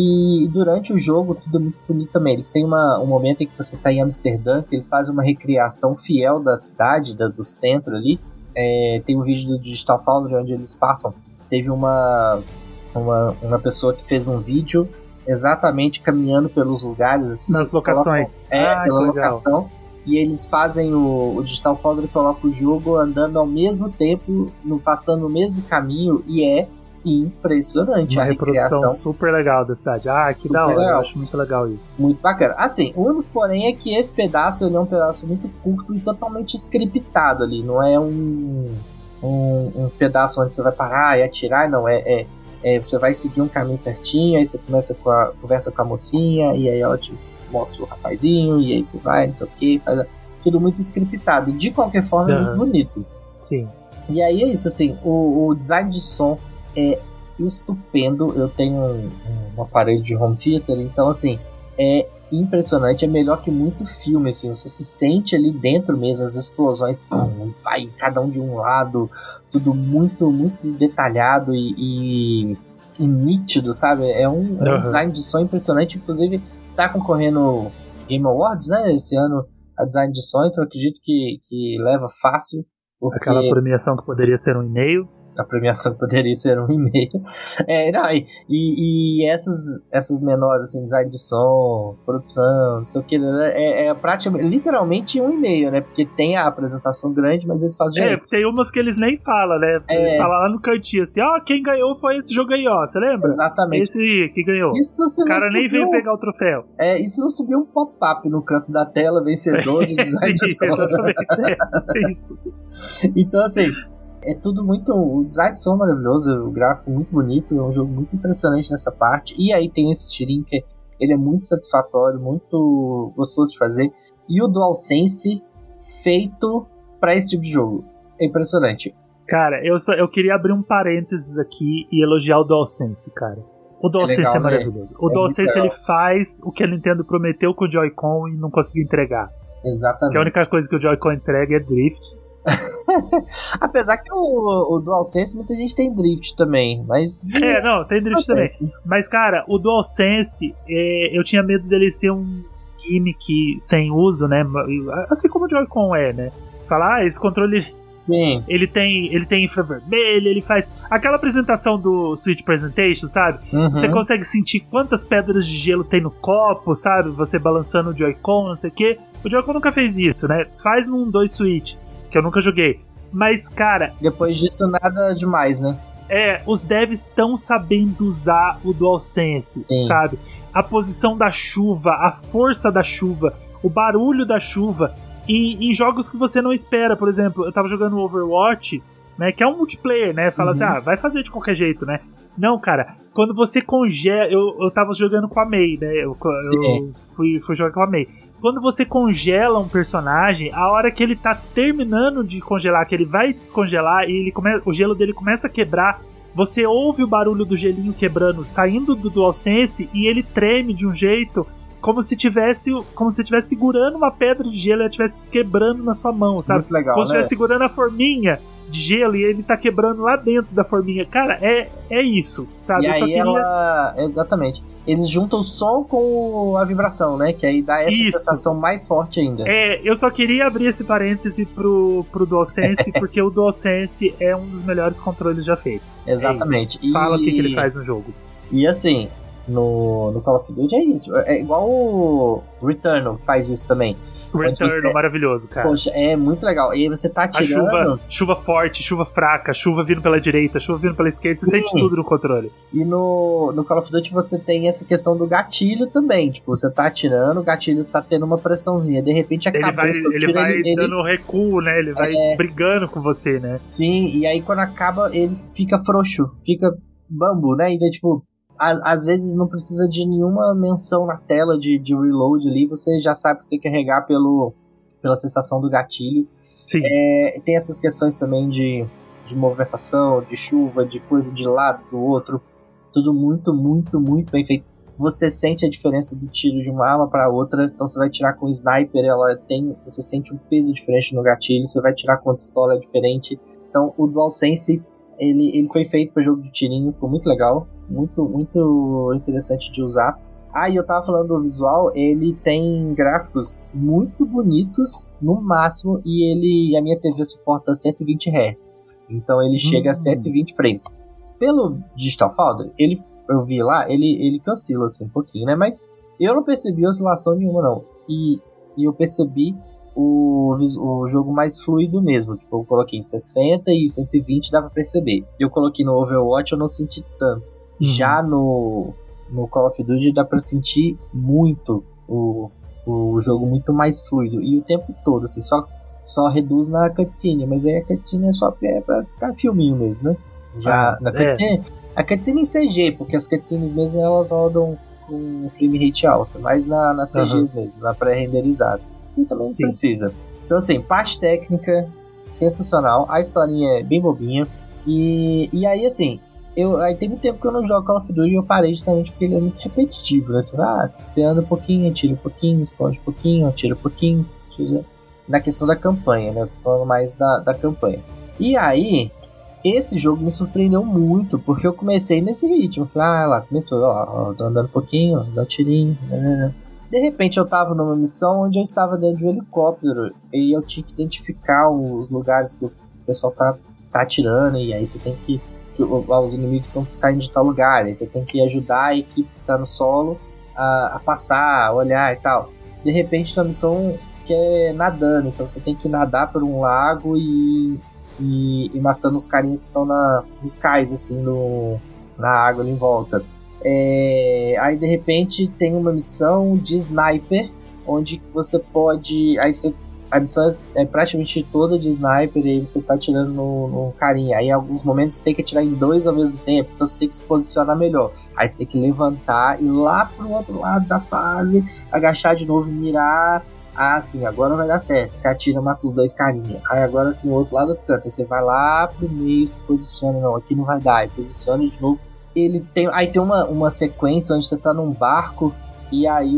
E durante o jogo, tudo é muito bonito também. Eles têm uma, um momento em que você tá em Amsterdã, que eles fazem uma recriação fiel da cidade, da, do centro ali. É, tem um vídeo do Digital Foundry onde eles passam. Teve uma, uma, uma pessoa que fez um vídeo exatamente caminhando pelos lugares, assim. Nas locações. Colocam, é, ah, pela locação. E eles fazem o, o Digital Foundry, coloca o jogo andando ao mesmo tempo, no, passando o mesmo caminho, e é impressionante. Uma a reprodução recriação. Super legal da cidade. Ah, que da hora, legal. Eu acho muito legal isso. Muito bacana. Assim, o único porém é que esse pedaço, ele é um pedaço muito curto e totalmente scriptado ali, não é um, um, um pedaço onde você vai parar e atirar, não, é... é É, você vai seguir um caminho certinho, aí você começa com a, conversa com a mocinha, e aí ela te mostra o rapazinho, e aí você vai, não sei o que, faz a, tudo muito scriptado. E de qualquer forma, uhum. é muito bonito. Sim. E aí é isso, assim, o, o design de som é estupendo. Eu tenho um, um aparelho de home theater, então assim, é impressionante, é melhor que muito filme, assim, você se sente ali dentro mesmo, as explosões, pum, vai cada um de um lado, tudo muito, muito detalhado e, e, e nítido, sabe? É um, uhum. é um design de som impressionante, inclusive tá concorrendo Game Awards, né, esse ano, a design de som, então eu acredito que, que leva fácil. Porque... Aquela premiação que poderia ser um e-mail. a premiação poderia ser um e meio. É, não, e, e essas, essas menores, assim, design de som, produção, não sei o que, é, é praticamente, literalmente um e meio, né? Porque tem a apresentação grande, mas eles fazem... É, tem umas que eles nem falam, né? Eles é. falam lá no cantinho, assim, ó, oh, quem ganhou foi esse jogo aí, ó, você lembra? Exatamente. Esse que ganhou. Isso se o cara subiu, nem veio pegar o troféu. É, isso não subiu um pop-up no canto da tela, vencedor de design Sim, de som. Exatamente, é isso. Então, assim... É tudo muito... O design de som é maravilhoso, o gráfico muito bonito, é um jogo muito impressionante nessa parte. E aí tem esse tirinho que ele é muito satisfatório, muito gostoso de fazer. E o DualSense feito pra esse tipo de jogo. É impressionante. Cara, eu, só, eu queria abrir um parênteses aqui e elogiar o DualSense, cara. O DualSense é, legal, é maravilhoso. Né? O é DualSense ele faz o que a Nintendo prometeu com o Joy-Con e não conseguiu entregar. Exatamente. Que a única coisa que o Joy-Con entrega é drift. Apesar que o, o DualSense muita gente tem drift também, mas... É, não, tem drift também. Mas, cara, o DualSense, é, eu tinha medo dele ser um gimmick sem uso, né? Assim como o Joy-Con é, né? Falar, ah, esse controle... Sim. Ele tem, ele tem infravermelho, ele faz... Aquela apresentação do Switch Presentation, sabe? Uhum. Você consegue sentir quantas pedras de gelo tem no copo, sabe? Você balançando o Joy-Con, não sei o quê. O Joy-Con nunca fez isso, né? Faz num dois Switch, que eu nunca joguei. Mas, cara... Depois disso, nada demais, né? É, os devs estão sabendo usar o DualSense, Sim. sabe? A posição da chuva, a força da chuva, o barulho da chuva. E em jogos que você não espera, por exemplo, eu tava jogando Overwatch, né? Que é um multiplayer, né? Fala uhum. assim, ah, vai fazer de qualquer jeito, né? Não, cara, quando você congela... Eu, eu tava jogando com a Mei, né? Eu, eu fui, fui jogar com a Mei. Quando você congela um personagem, a hora que ele tá terminando de congelar, que ele vai descongelar e ele come... o gelo dele começa a quebrar, você ouve o barulho do gelinho quebrando saindo do DualSense e ele treme de um jeito como se tivesse como se tivesse segurando uma pedra de gelo e ela estivesse quebrando na sua mão, sabe? Muito legal, como se né? estivesse segurando a forminha de gelo e ele tá quebrando lá dentro da forminha. Cara, é, é isso, sabe? E eu aí só queria... ela... Exatamente. Eles juntam o som com a vibração, né? Que aí dá essa isso. sensação mais forte ainda. É, eu só queria abrir esse parêntese pro, pro DualSense, porque o DualSense é um dos melhores controles já feitos. Exatamente. É e... Fala o que, que ele faz no jogo. E assim... No, no Call of Duty é isso. É igual o Returnal que faz isso também. Returnal, você... maravilhoso, cara. Poxa, é muito legal. E aí você tá atirando... A chuva, chuva forte, chuva fraca, chuva vindo pela direita, chuva vindo pela esquerda, Sim. Você sente tudo no controle. E no, no Call of Duty você tem essa questão do gatilho também. Tipo, você tá atirando, o gatilho tá tendo uma pressãozinha. De repente acaba... Ele vai, ele tiro, vai ele, dando ele... recuo, né? Ele vai é... brigando com você, né? Sim, e aí quando acaba, ele fica frouxo. Fica bambu, né? Então, tipo... Às vezes não precisa de nenhuma menção na tela de, de reload ali, você já sabe que você tem que carregar pelo, pela sensação do gatilho. Sim. É, tem essas questões também de, de movimentação, de chuva, de coisa de lado do outro. Tudo muito, muito, muito bem feito. Você sente a diferença do tiro de uma arma para outra. Então você vai tirar com o sniper, ela tem, você sente um peso diferente no gatilho. Você vai tirar com a pistola, é diferente. Então o DualSense, ele, ele foi feito para jogo de tirinho, ficou muito legal. Muito, muito interessante de usar. Ah, e eu tava falando do visual, ele tem gráficos muito bonitos, no máximo, e ele, a minha T V suporta cento e vinte hertz. Então ele hum. chega a cento e vinte frames. Pelo Digital Foundry, ele, eu vi lá, ele, ele que oscila assim um pouquinho, né? Mas eu não percebi oscilação nenhuma, não. E, e eu percebi o, o jogo mais fluido mesmo. Tipo, eu coloquei em sessenta e cento e vinte, dá pra perceber. Eu coloquei no Overwatch, eu não senti tanto. Uhum. Já no, no Call of Duty dá pra sentir muito o, o jogo muito mais fluido. E o tempo todo, assim, só, só reduz na cutscene. Mas aí a cutscene é só pra, é pra ficar filminho mesmo, né? Já ah, na cutscene, é. A cutscene em C G, porque as cutscenes mesmo elas rodam com frame rate alto. Mas na, na C Gs uhum. mesmo, na pré-renderizada. E também Sim. precisa. Então assim, parte técnica sensacional. A historinha é bem bobinha. E, e aí assim... Eu, aí tem muito tempo que eu não jogo Call of Duty e eu parei justamente porque ele é muito repetitivo, né? Você, ah, você anda um pouquinho, atira um pouquinho, esconde um pouquinho, atira um pouquinho, atira... Na questão da campanha, né? Falando mais da, da campanha. E aí, esse jogo me surpreendeu muito, porque eu comecei nesse ritmo. Eu falei, ah, lá, começou, ó, ó, tô andando um pouquinho, dá um tirinho, né? De repente eu tava numa missão onde eu estava dentro de um helicóptero e eu tinha que identificar os lugares que o pessoal tá tá atirando, e aí você tem que, que os inimigos estão saindo de tal lugar, aí você tem que ajudar a equipe que tá no solo a, a passar, a olhar e tal. De repente tem uma missão que é nadando, então você tem que nadar por um lago e, e, e matando os carinhas que estão na, no cais, assim, no, na água ali em volta. É, aí de repente tem uma missão de sniper, onde você pode. Aí você, a missão é praticamente toda de sniper, e aí você tá atirando no, no carinha. Aí em alguns momentos você tem que atirar em dois ao mesmo tempo, então você tem que se posicionar melhor. Aí você tem que levantar, ir lá pro outro lado da fase, agachar de novo e mirar. Ah, sim, agora vai dar certo. Você atira, mata os dois carinha. Aí agora tem o outro lado do canto. Aí você vai lá pro meio, se posiciona. Não, aqui não vai dar. Aí posiciona de novo. Ele tem, aí tem uma, uma sequência onde você tá num barco. E aí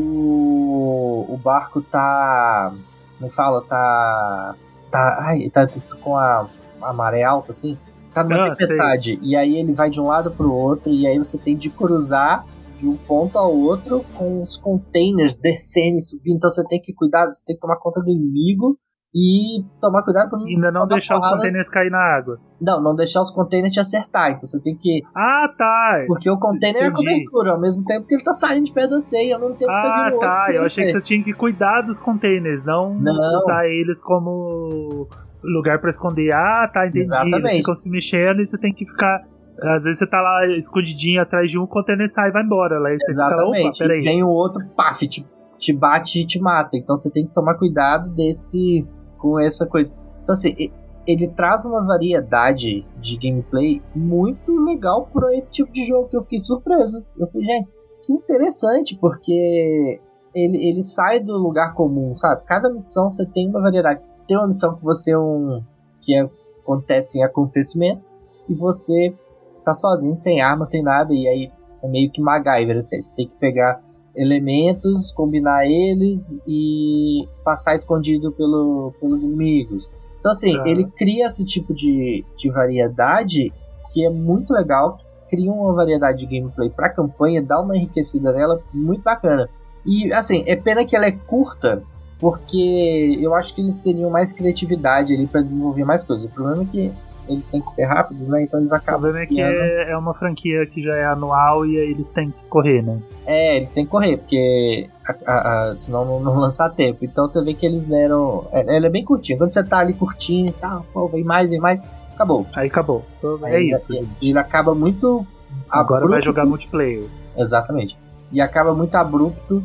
o, o barco tá... Como fala? Tá... Tá, ai, tá, tá com a, a maré alta, assim. Tá numa ah, tempestade. Sei. E aí ele vai de um lado pro outro. E aí você tem de cruzar de um ponto ao outro com os containers descendo e subindo. Então você tem que cuidar, você tem que tomar conta do inimigo e tomar cuidado pra não... Ainda não deixar porrada. Os containers cair na água. Não, não deixar os containers te acertar. Então você tem que... Ah, tá. Porque o container Entendi. É a cobertura, ao mesmo tempo que ele tá saindo de perto da ceia, ao mesmo tempo ah, que tá vindo tá. outro. Eu achei que você tinha que cuidar dos containers, não, não. usar eles como lugar pra esconder. Ah, tá, entendi. Exatamente. Eles ficam se mexendo e você tem que ficar... Às vezes você tá lá escondidinho atrás de um, o container sai e vai embora. Lá, você Exatamente. Fica lá, opa, e vem o outro, paf, te, te bate e te mata. Então você tem que tomar cuidado desse, com essa coisa. Então assim, ele, ele traz uma variedade de gameplay muito legal pra esse tipo de jogo, que eu fiquei surpreso. Eu falei, gente, que interessante, porque ele, ele sai do lugar comum, sabe? Cada missão você tem uma variedade. Tem uma missão que você é um... que é, acontecem acontecimentos, e você... tá sozinho, sem arma, sem nada, e aí é meio que MacGyver, assim, você tem que pegar elementos, combinar eles e passar escondido pelo, pelos inimigos. Então assim, ah. ele cria esse tipo de, de variedade que é muito legal, cria uma variedade de gameplay pra campanha, dá uma enriquecida nela muito bacana. E assim, é pena que ela é curta, porque eu acho que eles teriam mais criatividade ali pra desenvolver mais coisas. O problema é que eles têm que ser rápidos, né? Então eles acabam... O problema é que é, é uma franquia que já é anual e aí eles têm que correr, né? É, eles têm que correr, porque a, a, a, senão não, não lançar tempo. Então você vê que eles deram... Ela é bem curtinha. Quando você tá ali curtindo e tal, pô, vem mais, vem mais, acabou. Aí acabou. Então, aí, é isso. E ele acaba muito Agora abrupto. Vai jogar multiplayer. Exatamente. E acaba muito abrupto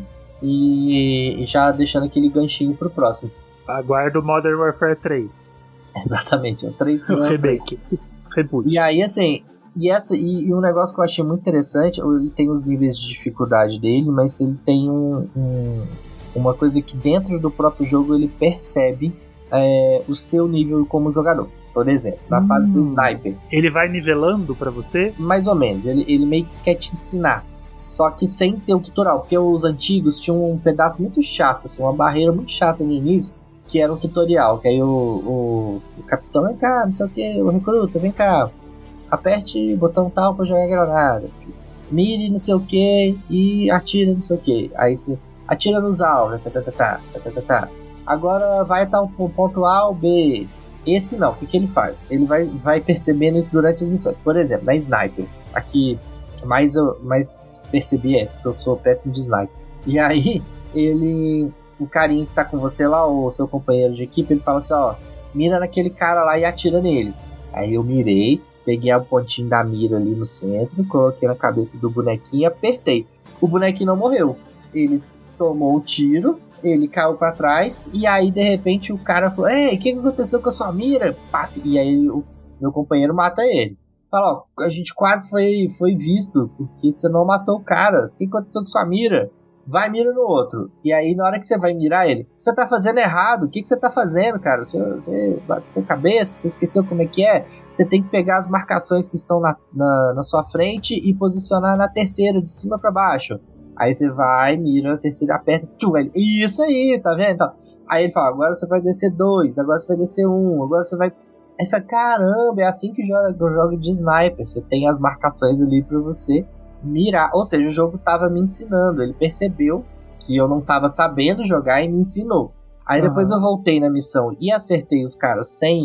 e, e já deixando aquele ganchinho pro próximo. Aguardo Modern Warfare três. Exatamente, é o três. O remake. Reboot. E aí, assim, e, essa, e, e um negócio que eu achei muito interessante, ele tem os níveis de dificuldade dele, mas ele tem um, um, uma coisa que dentro do próprio jogo ele percebe é, o seu nível como jogador. Por exemplo, na hum, fase do sniper. Ele vai nivelando pra você? Mais ou menos, ele, ele meio que quer te ensinar. Só que sem ter o tutorial, porque os antigos tinham um pedaço muito chato, assim, uma barreira muito chata no início, que era um tutorial, que aí o, o, o capitão, vem cá, não sei o que, o recruta, vem cá, aperte botão tal pra jogar granada, mire não sei o que e atira não sei o que, aí você atira nos alvos, tá, tá, tá, tá, tá, tá, tá. Agora vai até o ponto A ou B. Esse não, o que, que ele faz? Ele vai, vai percebendo isso durante as missões. Por exemplo, na Sniper, aqui mais eu mais percebi é essa, porque eu sou péssimo de Sniper. E aí, ele... o carinha que tá com você lá, o seu companheiro de equipe, ele fala assim, ó, mira naquele cara lá e atira nele. Aí eu mirei, peguei a pontinha da mira ali no centro, coloquei na cabeça do bonequinho e apertei. O bonequinho não morreu. Ele tomou o tiro, ele caiu pra trás, e aí de repente o cara falou, ei, o que, que aconteceu com a sua mira? Paf, e aí o meu companheiro mata ele. Fala, ó, a gente quase foi, foi visto, porque você não matou o cara. O que aconteceu com sua mira? Vai, mira no outro. E aí, na hora que você vai mirar ele, você tá fazendo errado. O que, que você tá fazendo, cara? Você, você bateu a cabeça, você esqueceu como é que é? Você tem que pegar as marcações que estão na, na, na sua frente e posicionar na terceira, de cima pra baixo. Aí você vai, mira na terceira, aperta, tchum, ele, isso aí, tá vendo? Então, aí ele fala, agora você vai descer dois, agora você vai descer um, agora você vai... Aí você fala, caramba, é assim que joga, joga de sniper. Você tem as marcações ali pra você mirar, ou seja, o jogo tava me ensinando, ele percebeu que eu não tava sabendo jogar e me ensinou. Aí uhum. depois eu voltei na missão e acertei os caras sem,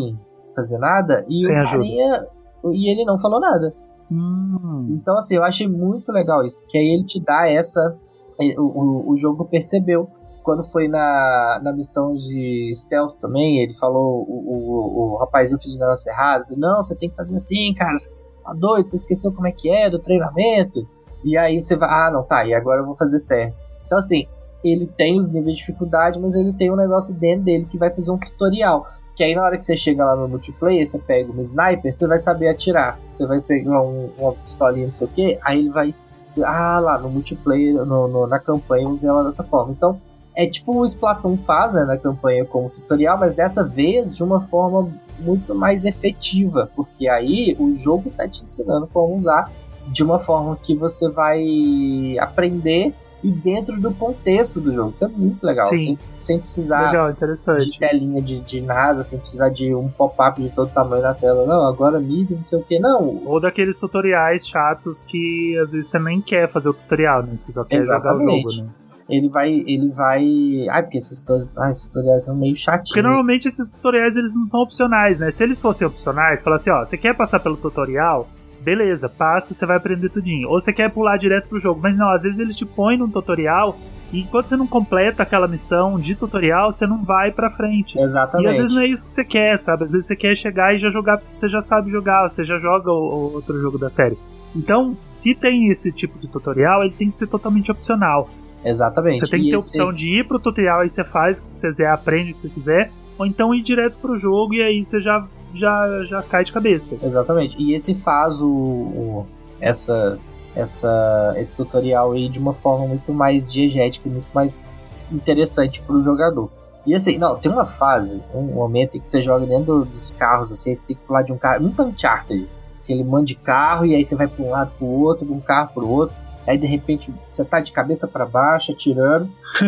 fazer nada, e Sem o ajuda. carinha, e ele não falou nada. Hum. Então, assim, eu achei muito legal isso, porque aí ele te dá essa... O, o, o jogo percebeu. Quando foi na, na missão de stealth também, ele falou, o, o, o rapaz, eu fiz o negócio errado. Falei, não, você tem que fazer assim, cara, você tá doido, você esqueceu como é que é do treinamento. E aí você vai, ah, não, tá, e agora eu vou fazer certo. Então, assim, ele tem os níveis de dificuldade, mas ele tem um negócio dentro dele que vai fazer um tutorial. Que aí na hora que você chega lá no multiplayer, você pega uma sniper, você vai saber atirar. Você vai pegar um, uma pistolinha, não sei o que, aí ele vai... Ah, lá, no multiplayer, no, no, na campanha, eu usei ela dessa forma. Então, é tipo o Splatoon faz, né, na campanha como tutorial, mas dessa vez de uma forma muito mais efetiva, porque aí o jogo tá te ensinando como usar de uma forma que você vai aprender e dentro do contexto do jogo. Isso é muito legal, sem, sem precisar legal, interessante. de telinha de, de nada, sem precisar de um pop-up de todo tamanho na tela. Não, agora mídia, não sei o que, não. Ou daqueles tutoriais chatos que às vezes você nem quer fazer o tutorial, né? Você só quer Exatamente. jogar o jogo, né? Ele vai, ele vai... Ai, porque esses, ah, esses tutoriais são meio chatinhos. Porque normalmente esses tutoriais, eles não são opcionais, né? Se eles fossem opcionais, fala assim, ó, você quer passar pelo tutorial? Beleza, passa, você vai aprender tudinho. Ou você quer pular direto pro jogo. Mas não, às vezes eles te põem num tutorial e enquanto você não completa aquela missão de tutorial, você não vai pra frente. Exatamente. E às vezes não é isso que você quer, sabe? Às vezes você quer chegar e já jogar porque você já sabe jogar, você já joga o, o outro jogo da série. Então, se tem esse tipo de tutorial, ele tem que ser totalmente opcional. Exatamente. Você tem que e ter a esse... opção de ir pro tutorial, aí você faz o que você quiser, aprende o que você quiser, ou então ir direto pro jogo e aí você já, já, já cai de cabeça. Exatamente. E esse faz o, o, essa, essa, esse tutorial aí de uma forma muito mais diegética, muito mais interessante pro jogador. E assim, não, tem uma fase, um momento em que você joga dentro dos carros, assim, você tem que pular de um carro, muito Uncharted, aquele monte de carro, e aí você vai pra um lado pro outro, de um carro pro outro. Aí de repente você tá de cabeça pra baixo, atirando.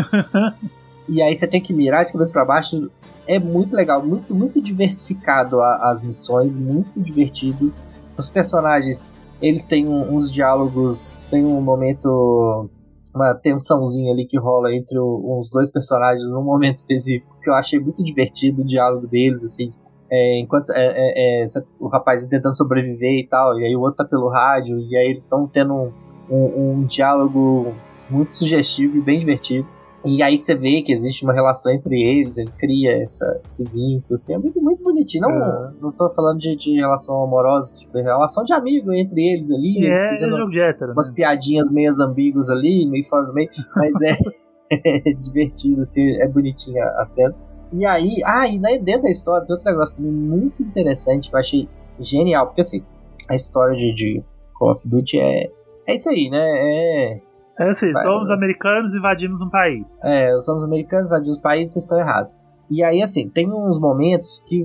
E aí você tem que mirar de cabeça pra baixo. É muito legal, muito, muito diversificado a, as missões, muito divertido. Os personagens, eles têm um, uns diálogos, tem um momento, uma tensãozinha ali que rola entre o, os dois personagens num momento específico, que eu achei muito divertido o diálogo deles, assim. É, enquanto é, é, é, o rapaz tentando sobreviver e tal, e aí o outro tá pelo rádio, e aí eles estão tendo um Um, um diálogo muito sugestivo e bem divertido. E aí que você vê que existe uma relação entre eles, ele cria essa, esse vínculo, assim, é muito, muito bonitinho. Não, é. não tô falando de, de relação amorosa, tipo, relação de amigo entre eles ali, Sim, eles é, fazendo é hétero, umas né? piadinhas meias ambíguas ali, meio fora do meio, mas é, é divertido, assim, é bonitinha a cena. E aí, ah, e dentro da história tem outro negócio também muito interessante que eu achei genial, porque assim, a história de, de Call of Duty é É isso aí, né? É, é assim, vai, somos americanos e invadimos um país. É, somos americanos, invadimos o país, vocês estão errados. E aí, assim, tem uns momentos que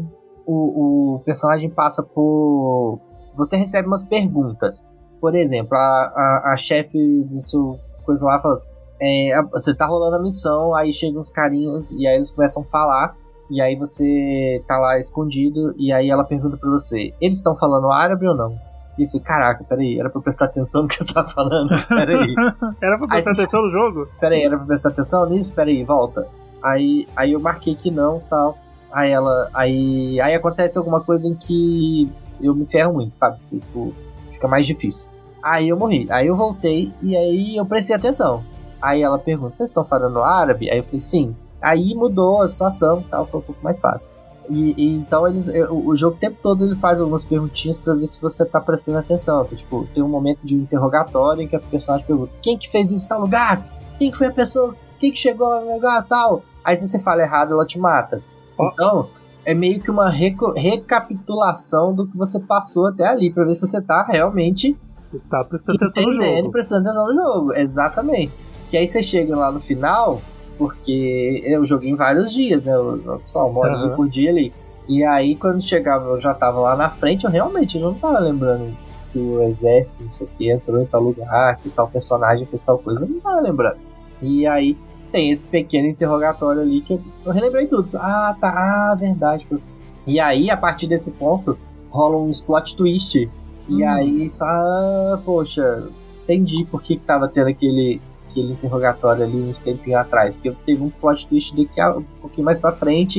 o, o personagem passa por... Você recebe umas perguntas. Por exemplo, a, a, a chefe do seu coisa lá fala... É, você tá rolando a missão, aí chegam uns carinhas e aí eles começam a falar. E aí você tá lá escondido e aí ela pergunta pra você: eles estão falando árabe ou não? Isso, caraca, peraí, era pra prestar atenção no que você tava falando? Peraí. Era pra prestar aí, atenção no jogo? Peraí, era pra prestar atenção nisso? Peraí, volta. Aí, aí eu marquei que não, tal. Aí ela, aí, aí acontece alguma coisa em que eu me ferro muito, sabe? Tipo, fica mais difícil. Aí eu morri, aí eu voltei e aí eu prestei atenção. Aí ela pergunta: vocês estão falando árabe? Aí eu falei: sim. Aí mudou a situação, tal, foi um pouco mais fácil. E, e então eles, o, o jogo o tempo todo ele faz algumas perguntinhas pra ver se você tá prestando atenção. Então, tipo, tem um momento de interrogatório em que a personagem pergunta: quem que fez isso em tal lugar? Quem que foi a pessoa? Quem que chegou lá no negócio tal? Aí se você fala errado, ela te mata. Oh. Então, é meio que uma reco- recapitulação do que você passou até ali, pra ver se você tá realmente você tá prestando atenção no jogo. prestando atenção no jogo, exatamente. Que aí você chega lá no final... Porque eu joguei em vários dias, né? Eu, só uma hora uhum. por dia ali. E aí, quando chegava, eu já tava lá na frente, eu realmente não tava lembrando que o exército, não sei o que, entrou em tal lugar, que tal personagem fez tal coisa, eu não tava lembrando. E aí, tem esse pequeno interrogatório ali que eu, eu relembrei tudo. Ah, tá, ah, verdade. E aí, a partir desse ponto, rola um plot twist. E hum. aí, você fala: ah, poxa, entendi por que que tava tendo aquele... aquele interrogatório ali uns tempinhos atrás, porque teve um plot twist daqui a um pouquinho mais pra frente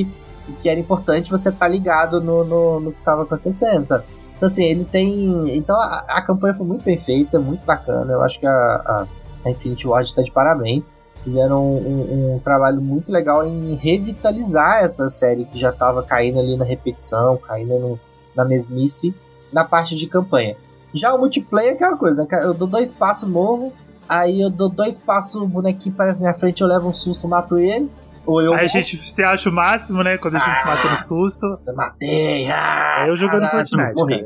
e que era importante você estar tá ligado no, no, no que estava acontecendo, sabe? Então, assim, ele tem... Então, a, a campanha foi muito bem feita, muito bacana. Eu acho que a, a, a Infinity Ward está de parabéns. Fizeram um, um, um trabalho muito legal em revitalizar essa série que já estava caindo ali na repetição, caindo no, na mesmice, na parte de campanha. Já o multiplayer é aquela coisa, né? Eu dou dois passos, morro, aí eu dou dois passos, o bonequinho aparece na minha frente, eu levo um susto, mato ele. Ou eu aí a gente se acha o máximo, né? Quando a gente ah, mata no susto. Eu matei, ah, aí eu jogando ah, Fortnite. Morri.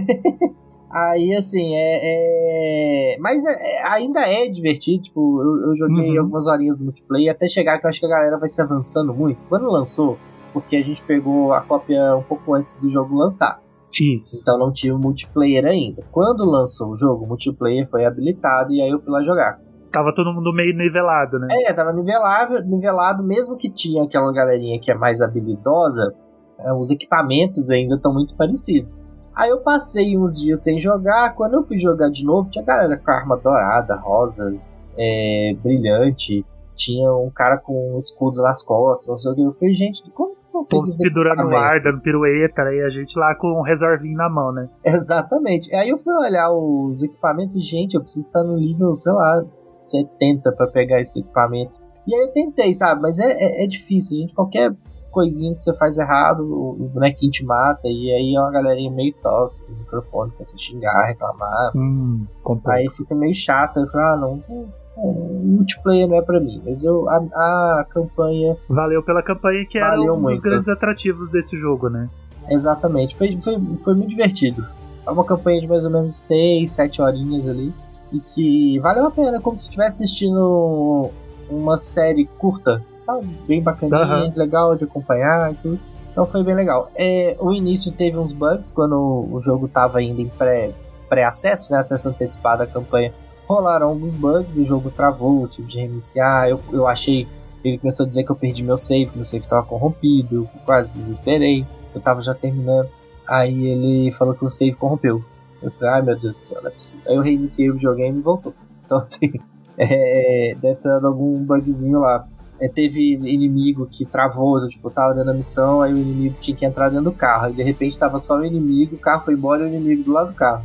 Aí, assim, é... é... Mas é, é, ainda é divertido, tipo, eu, eu joguei uhum. algumas horinhas do multiplayer, até chegar que eu acho que a galera vai se avançando muito. Quando lançou, porque a gente pegou a cópia um pouco antes do jogo lançar. Isso. Então não tinha o multiplayer ainda. Quando lançou o jogo, o multiplayer foi habilitado e aí eu fui lá jogar. Tava todo mundo meio nivelado, né? É, tava nivelado, nivelado, mesmo que tinha aquela galerinha que é mais habilidosa, os equipamentos ainda estão muito parecidos. Aí eu passei uns dias sem jogar, quando eu fui jogar de novo, tinha galera com arma dourada, rosa, é, brilhante, tinha um cara com um escudo nas costas, não sei o que. Eu falei, gente, como que consigo se pendurando no ar, dando pirueta, e a gente lá com um resolvinho na mão, né? Exatamente. Aí eu fui olhar os equipamentos e, gente, eu preciso estar no nível, sei lá, setenta pra pegar esse equipamento. E aí eu tentei, sabe? Mas é, é, é difícil, gente. Qualquer coisinha que você faz errado, os bonequinhos te matam. E aí é uma galerinha meio tóxica, no microfone, pra você xingar, reclamar. Hum, aí fica meio chato. Eu falei, ah, não, é, multiplayer não é pra mim. Mas eu, a, a campanha... Valeu pela campanha, que era um muito. dos grandes atrativos desse jogo, né? Exatamente. Foi, foi, foi muito divertido. É uma campanha de mais ou menos seis, sete horinhas ali. E que valeu a pena, como se estivesse assistindo uma série curta, sabe? Bem bacaninha, uhum. legal de acompanhar e tudo. Então foi bem legal. É, o início teve uns bugs quando o jogo estava ainda em pré, pré-acesso, né? Acesso antecipado à campanha. Rolaram alguns bugs, o jogo travou, tive de reiniciar. Eu, eu achei. Ele começou a dizer que eu perdi meu save, meu save estava corrompido, eu quase desesperei. Eu tava já terminando. Aí ele falou que o save corrompeu. Eu falei, ai meu Deus do céu, não é possível. Aí eu reiniciei o videogame e voltou. Então assim, é, deve ter dado algum bugzinho lá. É, teve inimigo que travou, tipo, tava dando a missão, aí o inimigo tinha que entrar dentro do carro. Aí de repente tava só o inimigo, o carro foi embora e o inimigo do lado do carro.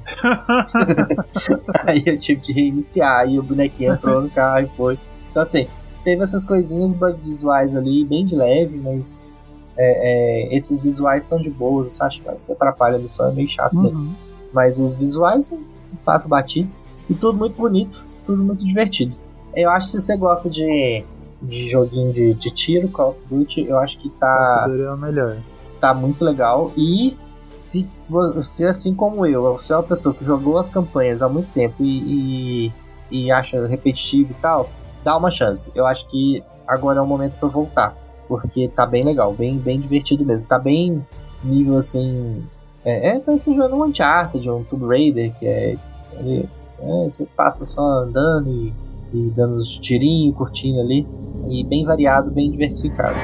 Aí eu tive de reiniciar, aí o bonequinho entrou no carro e foi. Então assim, teve essas coisinhas, bugs visuais ali, bem de leve, mas é, é, esses visuais são de boa, eu acho que mais que atrapalha a missão, é meio chato uhum. mesmo. Mas os visuais, passo batido. E tudo muito bonito, tudo muito divertido. Eu acho que se você gosta de, de joguinho de, de tiro, Call of Duty, eu acho que tá... Call of Duty é o melhor. Tá muito legal. E se você, assim como eu, você é uma pessoa que jogou as campanhas há muito tempo e, e, e acha repetitivo e tal, dá uma chance. Eu acho que agora é o momento pra eu voltar. Porque tá bem legal, bem, bem divertido mesmo. Tá bem nível assim... É, é pra você jogar um Uncharted, um Tomb Raider, que é, é, é... Você passa só andando e, e dando uns tirinhos, curtindo ali. E bem variado, bem diversificado.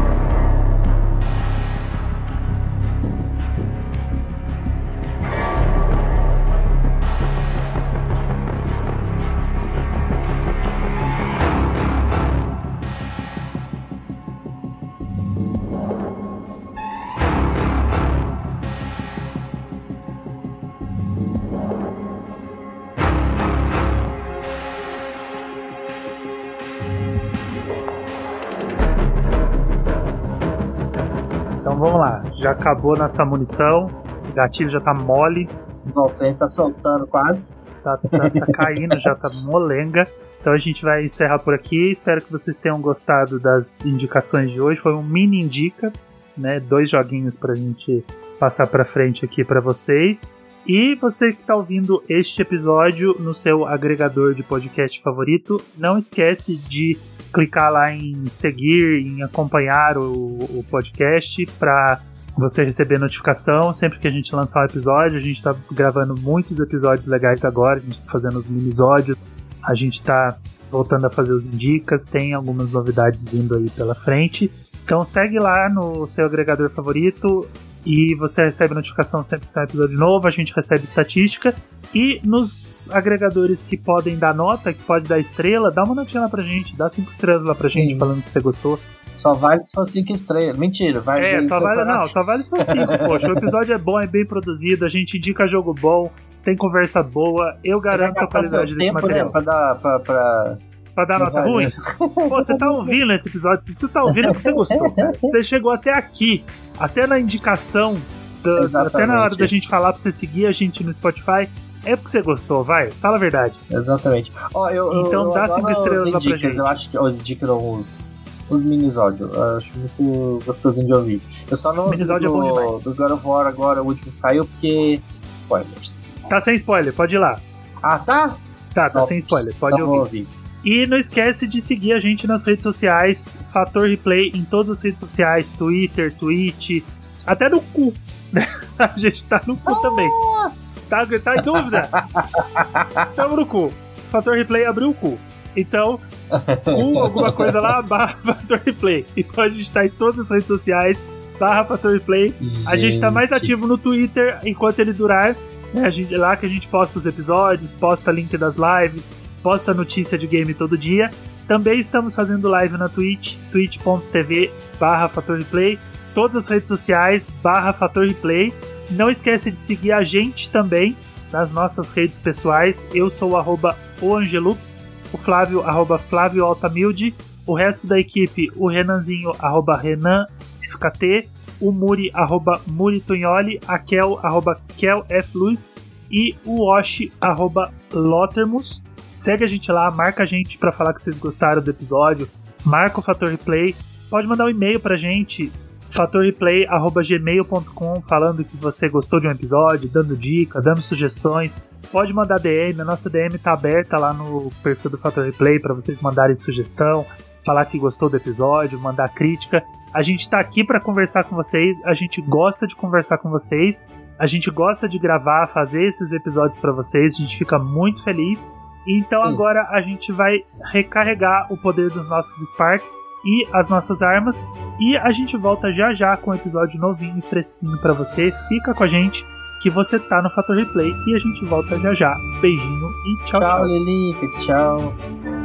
Então vamos lá, já acabou nossa munição, o gatilho já tá mole. Você está soltando quase. Tá, tá, tá caindo, já tá molenga. Então a gente vai encerrar por aqui. Espero que vocês tenham gostado das indicações de hoje. Foi um mini indica, né? Dois joguinhos pra gente passar pra frente aqui pra vocês. E você que tá ouvindo este episódio no seu agregador de podcast favorito, não esquece de clicar lá em seguir, em acompanhar o, o podcast para você receber notificação sempre que a gente lançar um episódio. A gente tá gravando muitos episódios legais agora, a gente tá fazendo os minisódios, a gente tá voltando a fazer os indicas, tem algumas novidades vindo aí pela frente. Então segue lá no seu agregador favorito e você recebe notificação sempre que sai um episódio novo, a gente recebe estatística. E nos agregadores que podem dar nota, que pode dar estrela, dá uma notinha lá pra gente, dá cinco estrelas lá pra Sim. gente, falando que você gostou. Só vale se for cinco estrelas. Mentira, vai É, só vale, não, só vale se for cinco, poxa. O episódio é bom, é bem produzido, a gente indica jogo bom, tem conversa boa, eu garanto a qualidade desse tempo, material. Né, pra dar, pra, pra... Pra dar nota ruim? Pô, você tá ouvindo esse episódio, se você tá ouvindo é porque você gostou, cara. Você chegou até aqui, até na indicação, do, até na hora da gente falar pra você seguir a gente no Spotify, é porque você gostou, vai, fala a verdade. Exatamente. Ó, eu, então eu, dá cinco estrelas lá pra gente. Eu acho que os dicas, os, os minisódios, eu acho muito gostosinho de ouvir. Eu só não ouvi do, é bom demais. do God of War agora, o último que saiu, porque spoilers. Tá sem spoiler, pode ir lá. Ah, tá? Tá, tá Top. sem spoiler, pode então ouvir. ouvir. E não esquece de seguir a gente nas redes sociais, Fator Replay em todas as redes sociais, Twitter, Twitch, até no cu. A gente tá no cu também. Tá, tá em dúvida? Tamo no cu. Fator Replay abriu o cu. Então, cu, alguma coisa lá, barra Fator Replay. Então a gente tá em todas as redes sociais, barra Fator Replay. Gente. A gente tá mais ativo no Twitter enquanto ele durar. É a gente, é lá que a gente posta os episódios, posta link das lives, posta notícia de game todo dia. Também estamos fazendo live na Twitch, twitch.tv barra Fator Replay. Todas as redes sociais, barra Fator Replay. Não esquece de seguir a gente também nas nossas redes pessoais. Eu sou o arroba o Angelups, o Flávio, arroba Flávio Altamilde, o resto da equipe, o Renanzinho, arroba Renan F K T, o Muri, arroba Muri Tonholi, a Kel, arroba Kel F Luz e o Oshi, arroba Lotermus. Segue a gente lá, marca a gente pra falar que vocês gostaram do episódio, marca o Fator Replay, pode mandar um e-mail pra gente, fator replay arroba gmail ponto com, falando que você gostou de um episódio, dando dica, dando sugestões. Pode mandar D M, a nossa D M tá aberta lá no perfil do Fator Replay para vocês mandarem sugestão, falar que gostou do episódio, mandar crítica. A gente tá aqui para conversar com vocês, a gente gosta de conversar com vocês, a gente gosta de gravar, fazer esses episódios para vocês, a gente fica muito feliz. Então Sim. agora a gente vai recarregar o poder dos nossos Sparks e as nossas armas, e a gente volta já já com um episódio novinho e fresquinho pra você. Fica com a gente que você tá no Fator Replay e a gente volta já já. Beijinho e tchau, tchau. Tchau, Lilica, tchau.